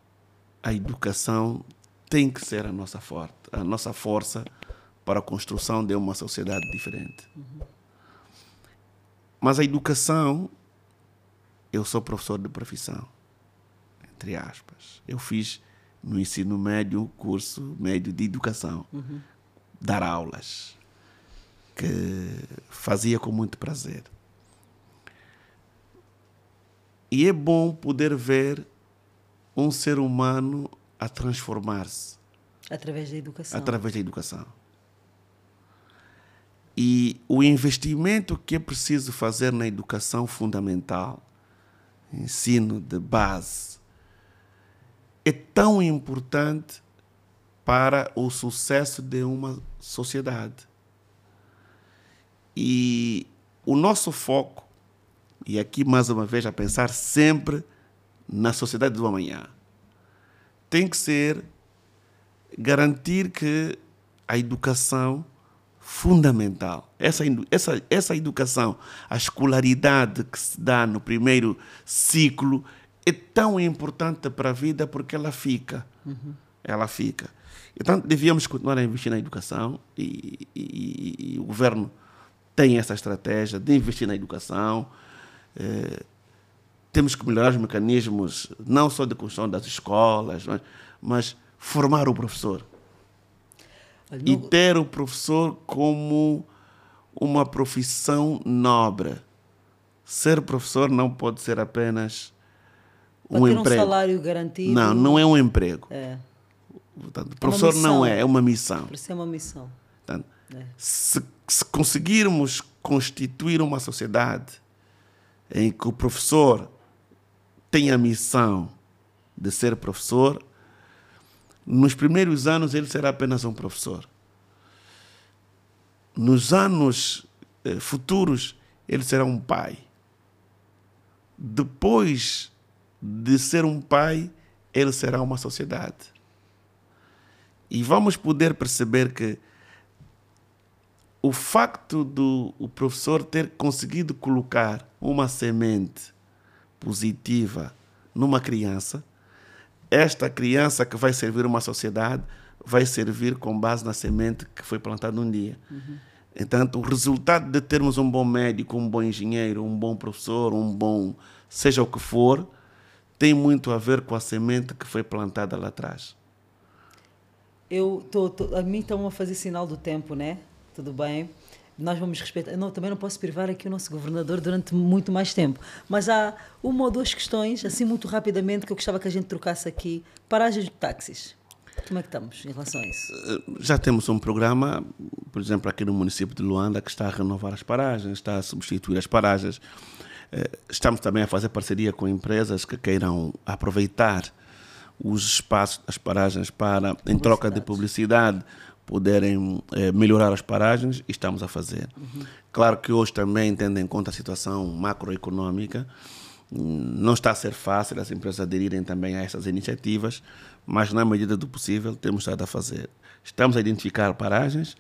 tem que ser a nossa força para a construção de uma sociedade diferente. Mas a educação, eu sou professor de profissão, entre aspas. Eu fiz no ensino médio um curso médio de educação, dar aulas, que fazia com muito prazer. E é bom poder ver um ser humano a transformar-se. Através da educação. Através da educação. E o investimento que é preciso fazer na educação fundamental, ensino de base, é tão importante para o sucesso de uma sociedade. E o nosso foco, e aqui mais uma vez a pensar sempre na sociedade do amanhã, tem que ser garantir que a educação fundamental, essa educação, a escolaridade que se dá no primeiro ciclo é tão importante para a vida porque ela fica. Ela fica. Então, devíamos continuar a investir na educação e o governo tem essa estratégia de investir na educação. Temos que melhorar os mecanismos, não só de construção das escolas, mas formar o professor. E ter o professor como uma profissão nobre. Ser professor não pode ser apenas um emprego. Ter um salário garantido. Não, não é um emprego. Portanto, professor não é uma missão. Por isso é uma missão. Portanto, se conseguirmos constituir uma sociedade em que o professor tem a missão de ser professor, nos primeiros anos ele será apenas um professor. Nos anos futuros ele será um pai. Depois de ser um pai, ele será uma sociedade. E vamos poder perceber que o facto do professor ter conseguido colocar uma semente positiva numa criança, esta criança que vai servir uma sociedade vai servir com base na semente que foi plantada um dia. Então, o resultado de termos um bom médico, um bom engenheiro, um bom professor, um bom seja o que for, tem muito a ver com a semente que foi plantada lá atrás. A mim estão a fazer sinal do tempo, né? Tudo bem. Nós vamos respeitar. Também não posso privar aqui o nosso governador durante muito mais tempo. Mas há uma ou duas questões, assim muito rapidamente, que eu gostava que a gente trocasse aqui. Paragens de táxis. Como é que estamos em relação a isso? Já temos um programa, por exemplo, aqui no município de Luanda, que está a renovar as paragens, está a substituir as paragens. Estamos também a fazer parceria com empresas que queiram aproveitar os espaços, as paragens, para, em troca de publicidade, poderem melhorar as paragens, e estamos a fazer. Claro que hoje também, tendo em conta a situação macroeconómica, não está a ser fácil as empresas aderirem também a essas iniciativas, mas na medida do possível temos estado a fazer. Estamos a identificar paragens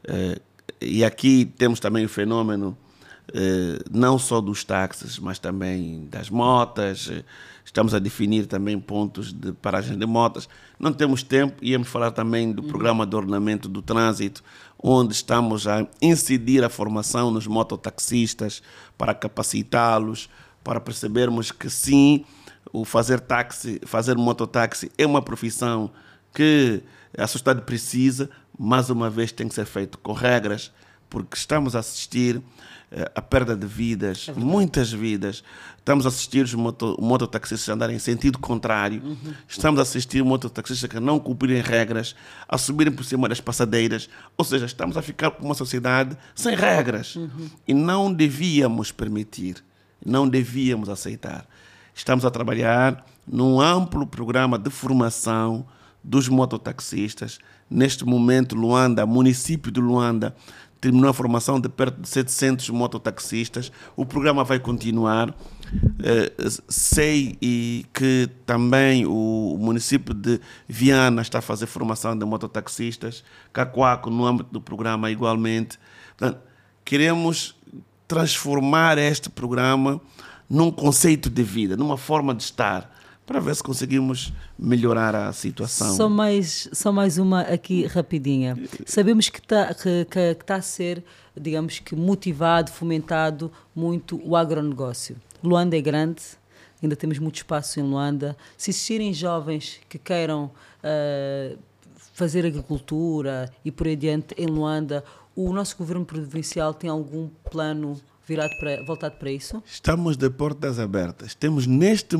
e aqui temos também o fenômeno não só dos táxis, mas também das motas. Estamos a definir também pontos de paragem de motas. Não temos tempo, íamos falar também do programa de ordenamento do trânsito, onde estamos a incidir a formação nos mototaxistas para capacitá-los, para percebermos que sim, o fazer mototáxi é uma profissão que a sociedade precisa, mais uma vez tem que ser feito com regras, porque estamos a assistir a perda de vidas, muitas vidas. Estamos a assistir os mototaxistas a andarem em sentido contrário. Estamos a assistir mototaxistas que não cumprirem regras, a subirem por cima das passadeiras. Ou seja, estamos a ficar com uma sociedade sem regras. E não devíamos permitir, não devíamos aceitar. Estamos a trabalhar num amplo programa de formação dos mototaxistas. Neste momento, Luanda, município de Luanda, terminou a formação de perto de 700 mototaxistas. O programa vai continuar. Sei que também o município de Viana está a fazer formação de mototaxistas. Cacoaco, no âmbito do programa, igualmente. Portanto, queremos transformar este programa num conceito de vida, numa forma de estar, para ver se conseguimos melhorar a situação. Só mais uma aqui rapidinha. Sabemos que está a ser, digamos que, motivado, fomentado muito o agronegócio. Luanda é grande, ainda temos muito espaço em Luanda. Se existirem jovens que queiram fazer agricultura e por aí adiante em Luanda, o nosso governo provincial tem algum plano voltado para isso? Estamos de portas abertas. Estamos neste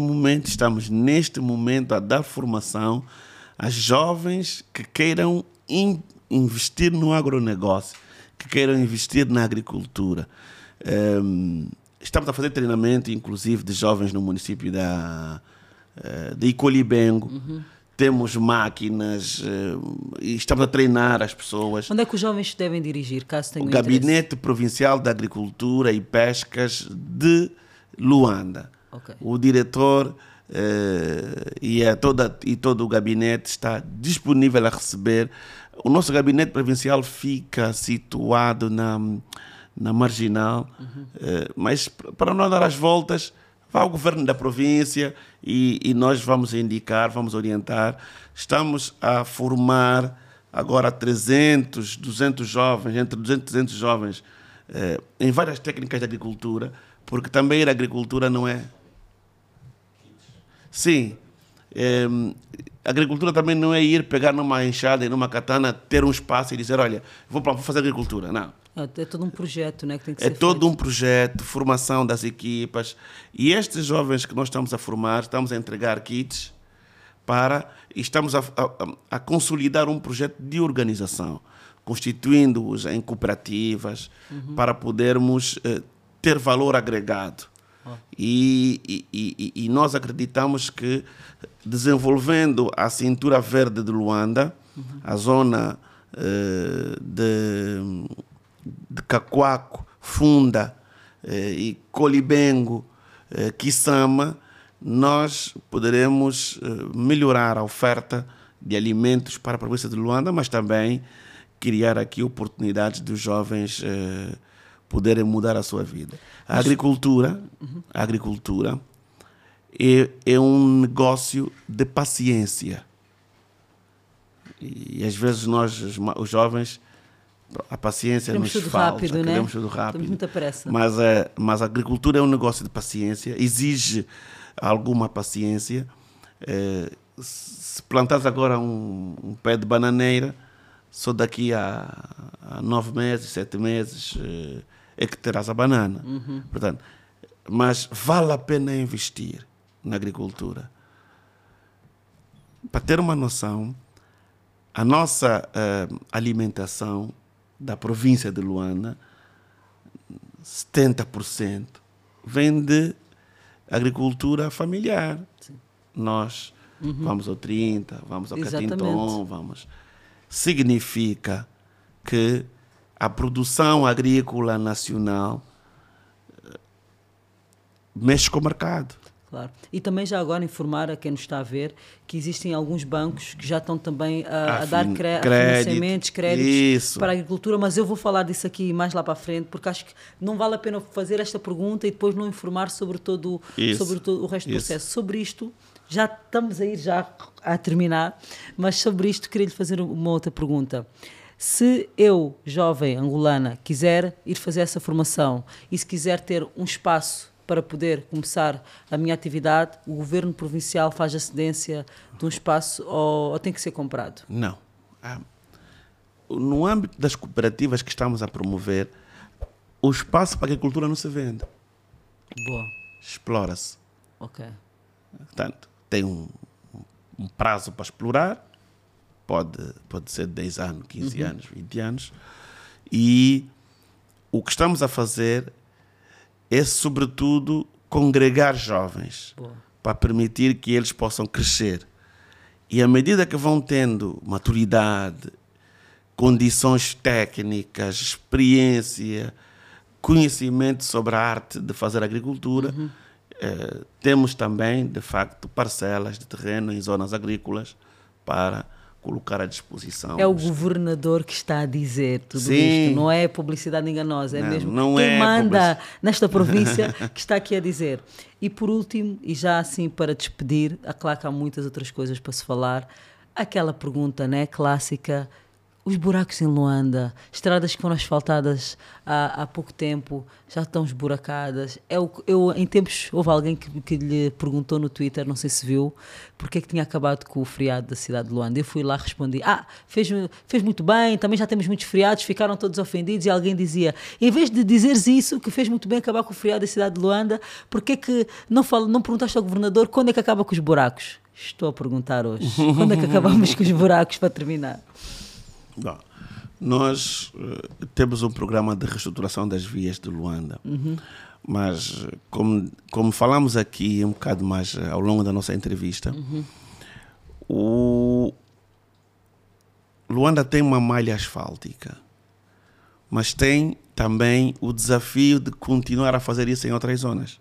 momento a dar formação a jovens que queiram investir no agronegócio, que queiram investir na agricultura. Estamos a fazer treinamento, inclusive, de jovens no município de Icolibengo. temos máquinas e estamos a treinar as pessoas. Onde é que os jovens devem dirigir, caso tenham O interesse? Gabinete Provincial de Agricultura e Pescas de Luanda. Ok. O diretor e todo o gabinete está disponível a receber. O nosso gabinete provincial fica situado na Marginal, mas para não dar as voltas, vá ao governo da província e nós vamos indicar, vamos orientar. Estamos a formar agora 300, 200 jovens, entre 200 e 300 jovens, em várias técnicas de agricultura, porque também a agricultura não é... Sim, a agricultura também não é ir pegar numa enxada e numa katana, ter um espaço e dizer, olha, vou fazer agricultura. Não. É todo um projeto, né, que tem que ser feito. todo um projeto, formação das equipas. E estes jovens que nós estamos a formar, estamos a entregar kits e estamos a consolidar um projeto de organização, constituindo-os em cooperativas, para podermos ter valor agregado. E nós acreditamos que, desenvolvendo a cintura verde de Luanda, a zona de Cacoaco, Funda e Colibengo, Kisama, nós poderemos melhorar a oferta de alimentos para a província de Luanda, mas também criar aqui oportunidades dos jovens poderem mudar a sua vida. A agricultura é um negócio de paciência. E às vezes nós, os jovens, a paciência nos falta. Queremos tudo rápido. Temos muita pressa. Mas a agricultura é um negócio de paciência, exige alguma paciência. Se plantares agora um pé de bananeira, só daqui a 9 meses, 7 meses, é que terás a banana. Portanto, mas vale a pena investir na agricultura. Para ter uma noção, a nossa alimentação da província de Luanda, 70% vem de agricultura familiar. Sim. Nós vamos ao 30, vamos ao Catinton, vamos. Significa que a produção agrícola nacional mexe com o mercado. Claro. E também já agora informar a quem nos está a ver que existem alguns bancos que já estão também a dar financiamentos, créditos para a agricultura, mas eu vou falar disso aqui mais lá para a frente, porque acho que não vale a pena fazer esta pergunta e depois não informar sobre todo o resto do processo. Sobre isto, já estamos a ir já a terminar, mas sobre isto queria-lhe fazer uma outra pergunta. Se eu, jovem angolana, quiser ir fazer essa formação e se quiser ter um espaço para poder começar a minha atividade, o governo provincial faz a cedência de um espaço ou tem que ser comprado? Não. No âmbito das cooperativas que estamos a promover, o espaço para a agricultura não se vende. Boa. Explora-se. Ok. Portanto, tem um prazo para explorar, pode ser 10 anos, 15 anos, 20 anos, e o que estamos a fazer é, sobretudo, congregar jovens. Boa. Para permitir que eles possam crescer. E à medida que vão tendo maturidade, condições técnicas, experiência, conhecimento sobre a arte de fazer agricultura, temos também, de facto, parcelas de terreno em zonas agrícolas para colocar à disposição. É o governador que está a dizer tudo isto, não é publicidade enganosa, é mesmo quem manda nesta província que está aqui a dizer. E por último, e já assim para despedir, claro que há muitas outras coisas para se falar, aquela pergunta, né, clássica: os buracos em Luanda, estradas que foram asfaltadas há pouco tempo, já estão esburacadas. Em tempos, houve alguém que lhe perguntou no Twitter, não sei se viu, porque é que tinha acabado com o feriado da cidade de Luanda. Eu fui lá, respondi, fez muito bem, também já temos muitos feriados, ficaram todos ofendidos, e alguém dizia, em vez de dizeres isso, que fez muito bem acabar com o feriado da cidade de Luanda, porque é que não perguntaste ao governador quando é que acaba com os buracos? Estou a perguntar hoje. Quando é que acabamos com os buracos, para terminar? Bom, nós temos um programa de reestruturação das vias de Luanda, mas como falamos aqui um bocado mais ao longo da nossa entrevista, O Luanda tem uma malha asfáltica, mas tem também o desafio de continuar a fazer isso em outras zonas.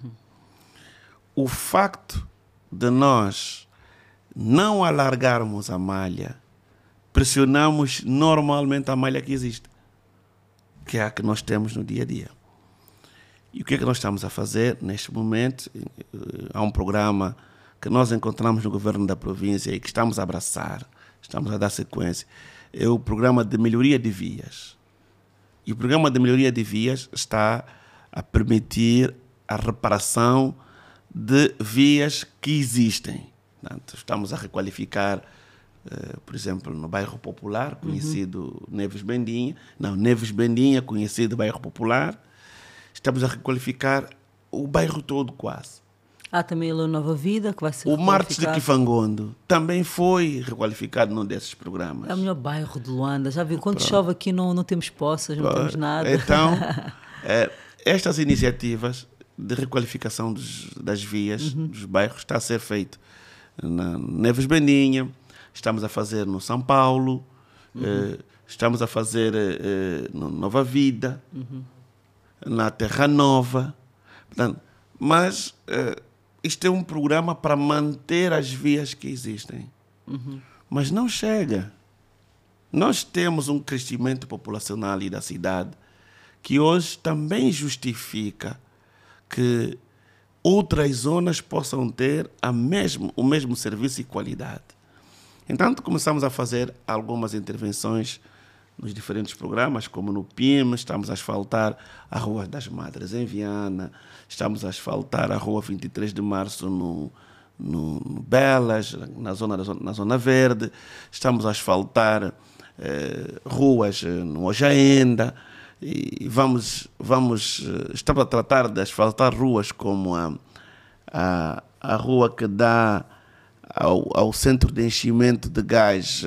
O facto de nós não alargarmos a malha, pressionamos normalmente a malha que existe, que é a que nós temos no dia a dia. E o que é que nós estamos a fazer neste momento? Há um programa que nós encontramos no governo da província e que estamos a abraçar, estamos a dar sequência. É o programa de melhoria de vias. E o programa de melhoria de vias está a permitir a reparação de vias que existem. Portanto, estamos a requalificar, por exemplo, no bairro Popular, conhecido Neves Bendinha. Não, Neves Bendinha, conhecido bairro Popular. Estamos a requalificar o bairro todo quase. Há também a Nova Vida, que vai ser O Martes de Kifangondo também foi requalificado num desses programas. É o melhor bairro de Luanda. Já viu? Quando chove aqui não temos poças, não temos nada. Então, estas iniciativas de requalificação das vias, dos bairros, está a ser feito na Neves Bendinha, estamos a fazer no São Paulo, estamos a fazer no Nova Vida, na Terra Nova. Portanto, mas isto é um programa para manter as vias que existem. Mas não chega. Nós temos um crescimento populacional ali da cidade que hoje também justifica que outras zonas possam ter o mesmo serviço e qualidade. Então, começamos a fazer algumas intervenções nos diferentes programas, como no PIM, estamos a asfaltar a Rua das Madres em Viana, estamos a asfaltar a Rua 23 de Março no Belas, na zona Verde, estamos a asfaltar ruas no Ojaenda, e estamos a tratar de asfaltar ruas como a rua que dá ao centro de enchimento de gás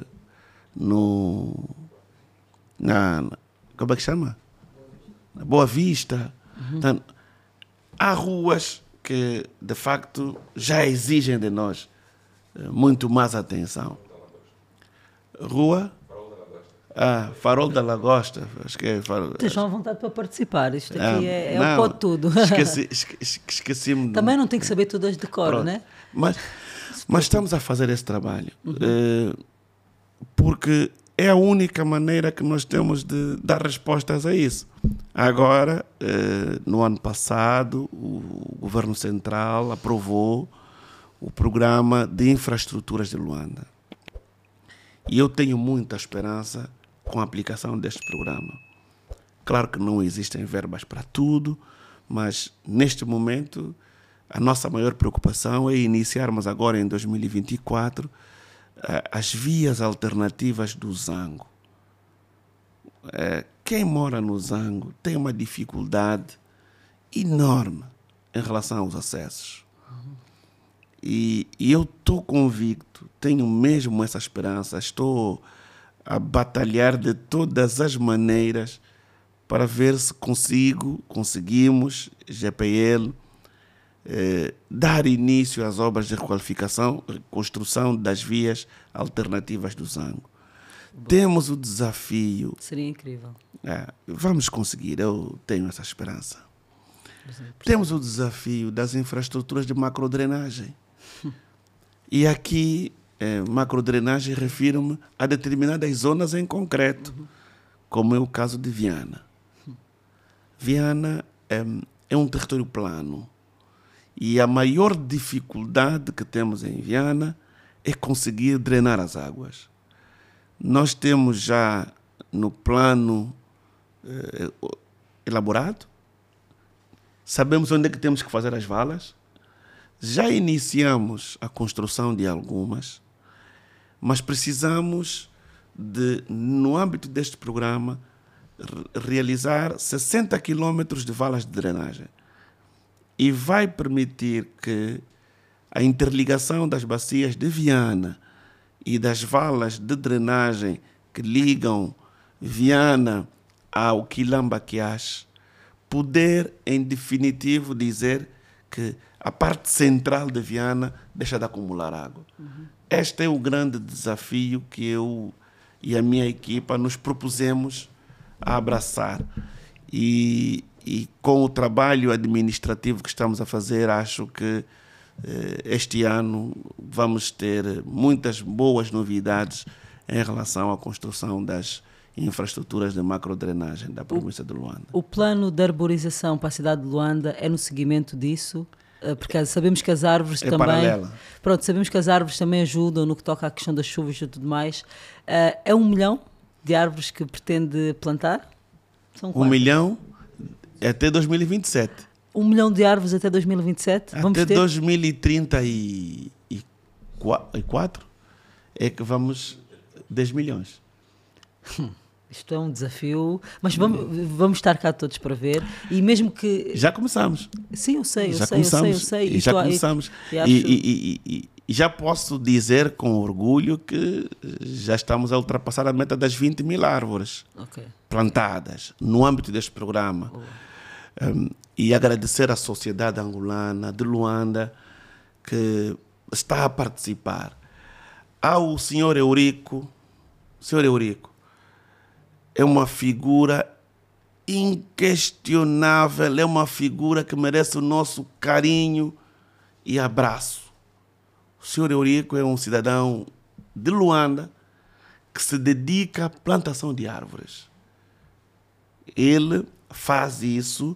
como é que chama? Na Boa Vista. Então, há ruas que, de facto, já exigem de nós muito mais atenção. Rua? Farol da Lagosta. Acho que é Estejam à vontade para participar. Isto aqui o pode tudo. Esqueci-me. Também não tem que saber todas de cor, né? Mas estamos a fazer esse trabalho. Porque é a única maneira que nós temos de dar respostas a isso. Agora, no ano passado, o Governo Central aprovou o Programa de Infraestruturas de Luanda. E eu tenho muita esperança com a aplicação deste programa. Claro que não existem verbas para tudo, mas neste momento a nossa maior preocupação é iniciarmos agora em 2024 as vias alternativas do Zango. Quem mora no Zango tem uma dificuldade enorme em relação aos acessos. E eu estou convicto, tenho mesmo essa esperança, estou a batalhar de todas as maneiras para ver se conseguimos, GPL, dar início às obras de requalificação, reconstrução das vias alternativas do Zango. Bom, temos o desafio. Seria incrível. Vamos conseguir, eu tenho essa esperança. Temos o desafio das infraestruturas de macrodrenagem. E aqui, macrodrenagem, refiro-me a determinadas zonas em concreto, como é o caso de Viana. Viana é um território plano. E a maior dificuldade que temos em Viana é conseguir drenar as águas. Nós temos já no plano elaborado, sabemos onde é que temos que fazer as valas, já iniciamos a construção de algumas, mas precisamos de, no âmbito deste programa, realizar 60 quilômetros de valas de drenagem. E vai permitir que a interligação das bacias de Viana e das valas de drenagem que ligam Viana ao Quilamba-Quiache, poder, em definitivo, dizer que a parte central de Viana deixa de acumular água. este é o grande desafio que eu e a minha equipa nos propusemos a abraçar. E com o trabalho administrativo que estamos a fazer, acho que este ano vamos ter muitas boas novidades em relação à construção das infraestruturas de macrodrenagem da província de Luanda. O plano de arborização para a cidade de Luanda é no seguimento disso? Porque sabemos que as árvores também... Paralela. Pronto, sabemos que as árvores também ajudam no que toca à questão das chuvas e tudo mais. É 1 milhão de árvores que pretende plantar? São 1 milhão até 2027. 1 milhão de árvores até 2027? Vamos até ter? 2034 é que vamos 10 milhões. Isto é um desafio, mas vamos estar cá todos para ver. E mesmo que... Já começamos. Sim, eu sei. Já começamos. E já posso dizer com orgulho que já estamos a ultrapassar a meta das 20 mil árvores plantadas no âmbito deste programa. E agradecer à sociedade angolana de Luanda que está a participar. Ao senhor Eurico. O senhor Eurico é uma figura inquestionável, é uma figura que merece o nosso carinho e abraço. O senhor Eurico é um cidadão de Luanda que se dedica à plantação de árvores. Ele faz isso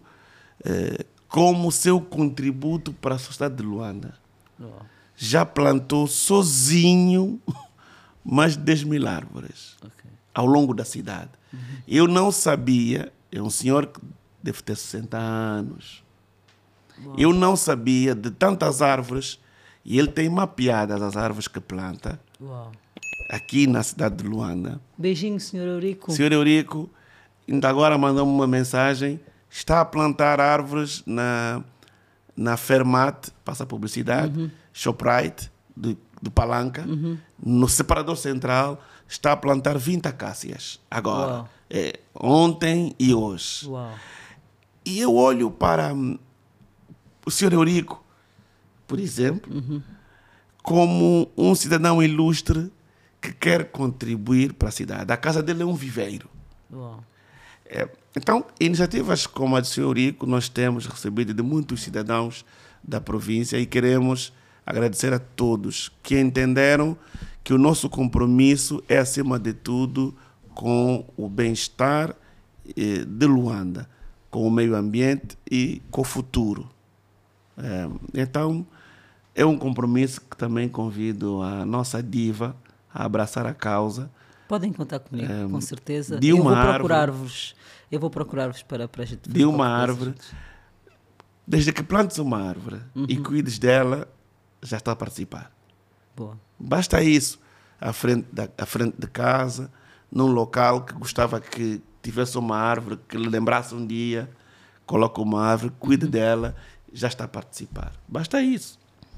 como seu contributo para a sociedade de Luanda. Já plantou sozinho mais de 10 mil árvores ao longo da cidade. Eu não sabia, é um senhor que deve ter 60 anos. Eu não sabia de tantas árvores e ele tem mapeadas as árvores que planta aqui na cidade de Luanda. Beijinho, senhor Eurico. Senhor Eurico, ainda agora mandou-me uma mensagem, está a plantar árvores na Fermat, passa a publicidade, Shoprite, do Palanca, no separador central, está a plantar 20 acácias agora. Ontem e hoje. E eu olho para o senhor Eurico, por exemplo, como um cidadão ilustre que quer contribuir para a cidade. A casa dele é um viveiro. Então, iniciativas como a do senhor Eurico nós temos recebido de muitos cidadãos da província e queremos agradecer a todos que entenderam que o nosso compromisso é, acima de tudo, com o bem-estar de Luanda, com o meio ambiente e com o futuro. Então, é um compromisso que também convido a nossa diva a abraçar a causa. Podem contar comigo, com certeza. De uma árvore. Eu vou procurar-vos para a gente fazer de uma árvore. Desde que plantes uma árvore e cuides dela, já está a participar. Boa. Basta isso, à frente de casa, num local que gostava que tivesse uma árvore, que lhe lembrasse um dia, coloca uma árvore, cuide dela, já está a participar. Basta isso.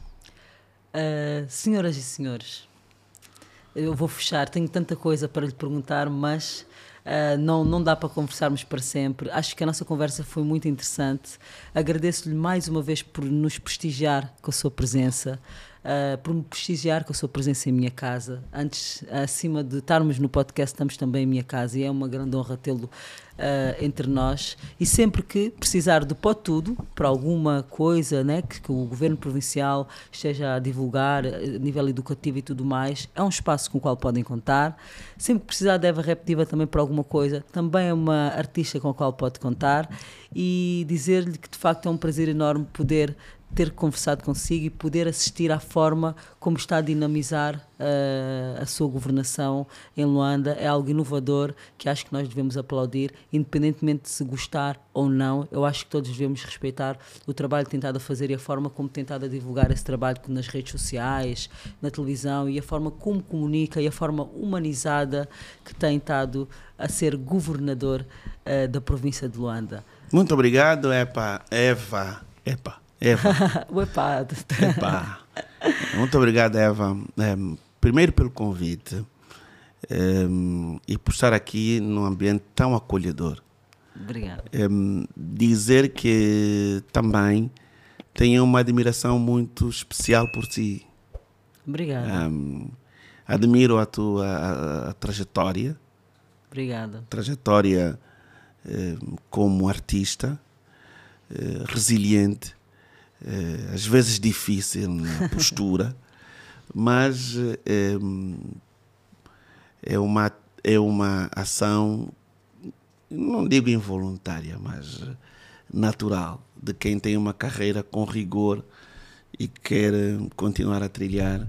Senhoras e senhores, eu vou fechar, tenho tanta coisa para lhe perguntar, mas não dá para conversarmos para sempre. Acho que a nossa conversa foi muito interessante. Agradeço-lhe mais uma vez por nos prestigiar com a sua presença, por me prestigiar com a sua presença em minha casa. Antes, acima de estarmos no podcast, estamos também em minha casa e é uma grande honra tê-lo entre nós. E sempre que precisar de pó tudo, para alguma coisa, né, que o governo provincial esteja a divulgar a nível educativo e tudo mais, é um espaço com o qual podem contar. Sempre que precisar de Eva Repetitiva também para alguma coisa, também é uma artista com a qual pode contar. E dizer-lhe que de facto é um prazer enorme poder ter conversado consigo e poder assistir à forma como está a dinamizar a sua governação em Luanda. É algo inovador que acho que nós devemos aplaudir, independentemente de se gostar ou não. Eu acho que todos devemos respeitar o trabalho tentado a fazer e a forma como tentado a divulgar esse trabalho nas redes sociais, na televisão, e a forma como comunica e a forma humanizada que tem estado a ser governador da província de Luanda. Muito obrigado, Eva. Muito obrigado, Eva. Primeiro pelo convite e por estar aqui num ambiente tão acolhedor. Obrigada. Dizer que também tenho uma admiração muito especial por si. Obrigada. Admiro a tua trajetória. Obrigada. Trajetória como artista, resiliente, às vezes difícil na postura, mas é uma ação, não digo involuntária, mas natural, de quem tem uma carreira com rigor e quer continuar a trilhar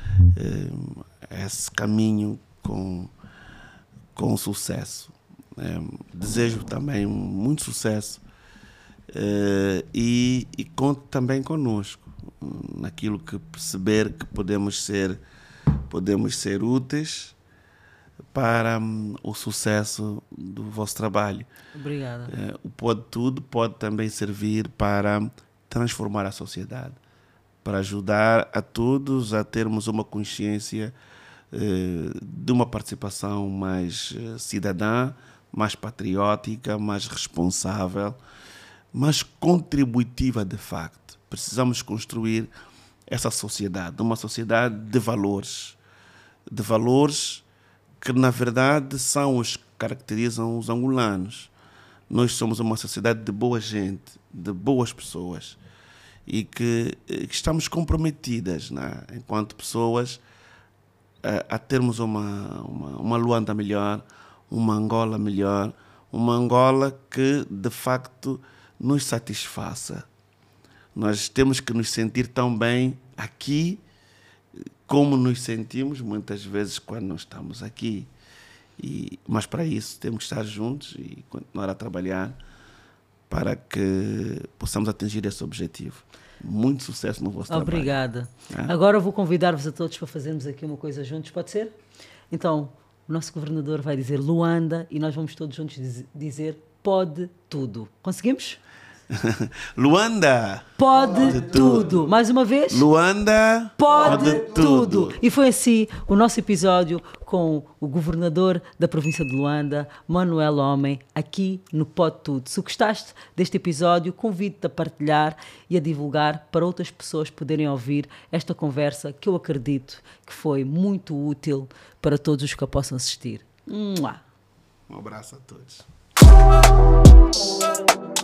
esse caminho com sucesso. Desejo também muito sucesso e conto também conosco naquilo que perceber que podemos ser úteis para o sucesso do vosso trabalho. Obrigada. O Pode Tudo pode também servir para transformar a sociedade, para ajudar a todos a termos uma consciência de uma participação mais cidadã, mais patriótica, mais responsável, mais contributiva de facto. Precisamos construir essa sociedade, uma sociedade de valores que na verdade são os que caracterizam os angolanos. Nós somos uma sociedade de boa gente, de boas pessoas e que estamos comprometidas, enquanto pessoas, a termos uma Luanda melhor, uma Angola melhor, uma Angola que de facto nos satisfaça. Nós temos que nos sentir tão bem aqui como nos sentimos muitas vezes quando não estamos aqui. Mas para isso temos que estar juntos e continuar a trabalhar para que possamos atingir esse objetivo. Muito sucesso no vosso trabalho. Obrigada. Agora eu vou convidar-vos a todos para fazermos aqui uma coisa juntos, pode ser? Então, o nosso governador vai dizer Luanda e nós vamos todos juntos dizer Pode Tudo. Conseguimos? Luanda! Pode tudo. Mais uma vez? Luanda! Pode tudo. E foi assim o nosso episódio com o governador da província de Luanda, Manuel Homem, aqui no Pode Tudo. Se gostaste deste episódio, convido-te a partilhar e a divulgar para outras pessoas poderem ouvir esta conversa que eu acredito que foi muito útil para todos os que a possam assistir. Um abraço a todos.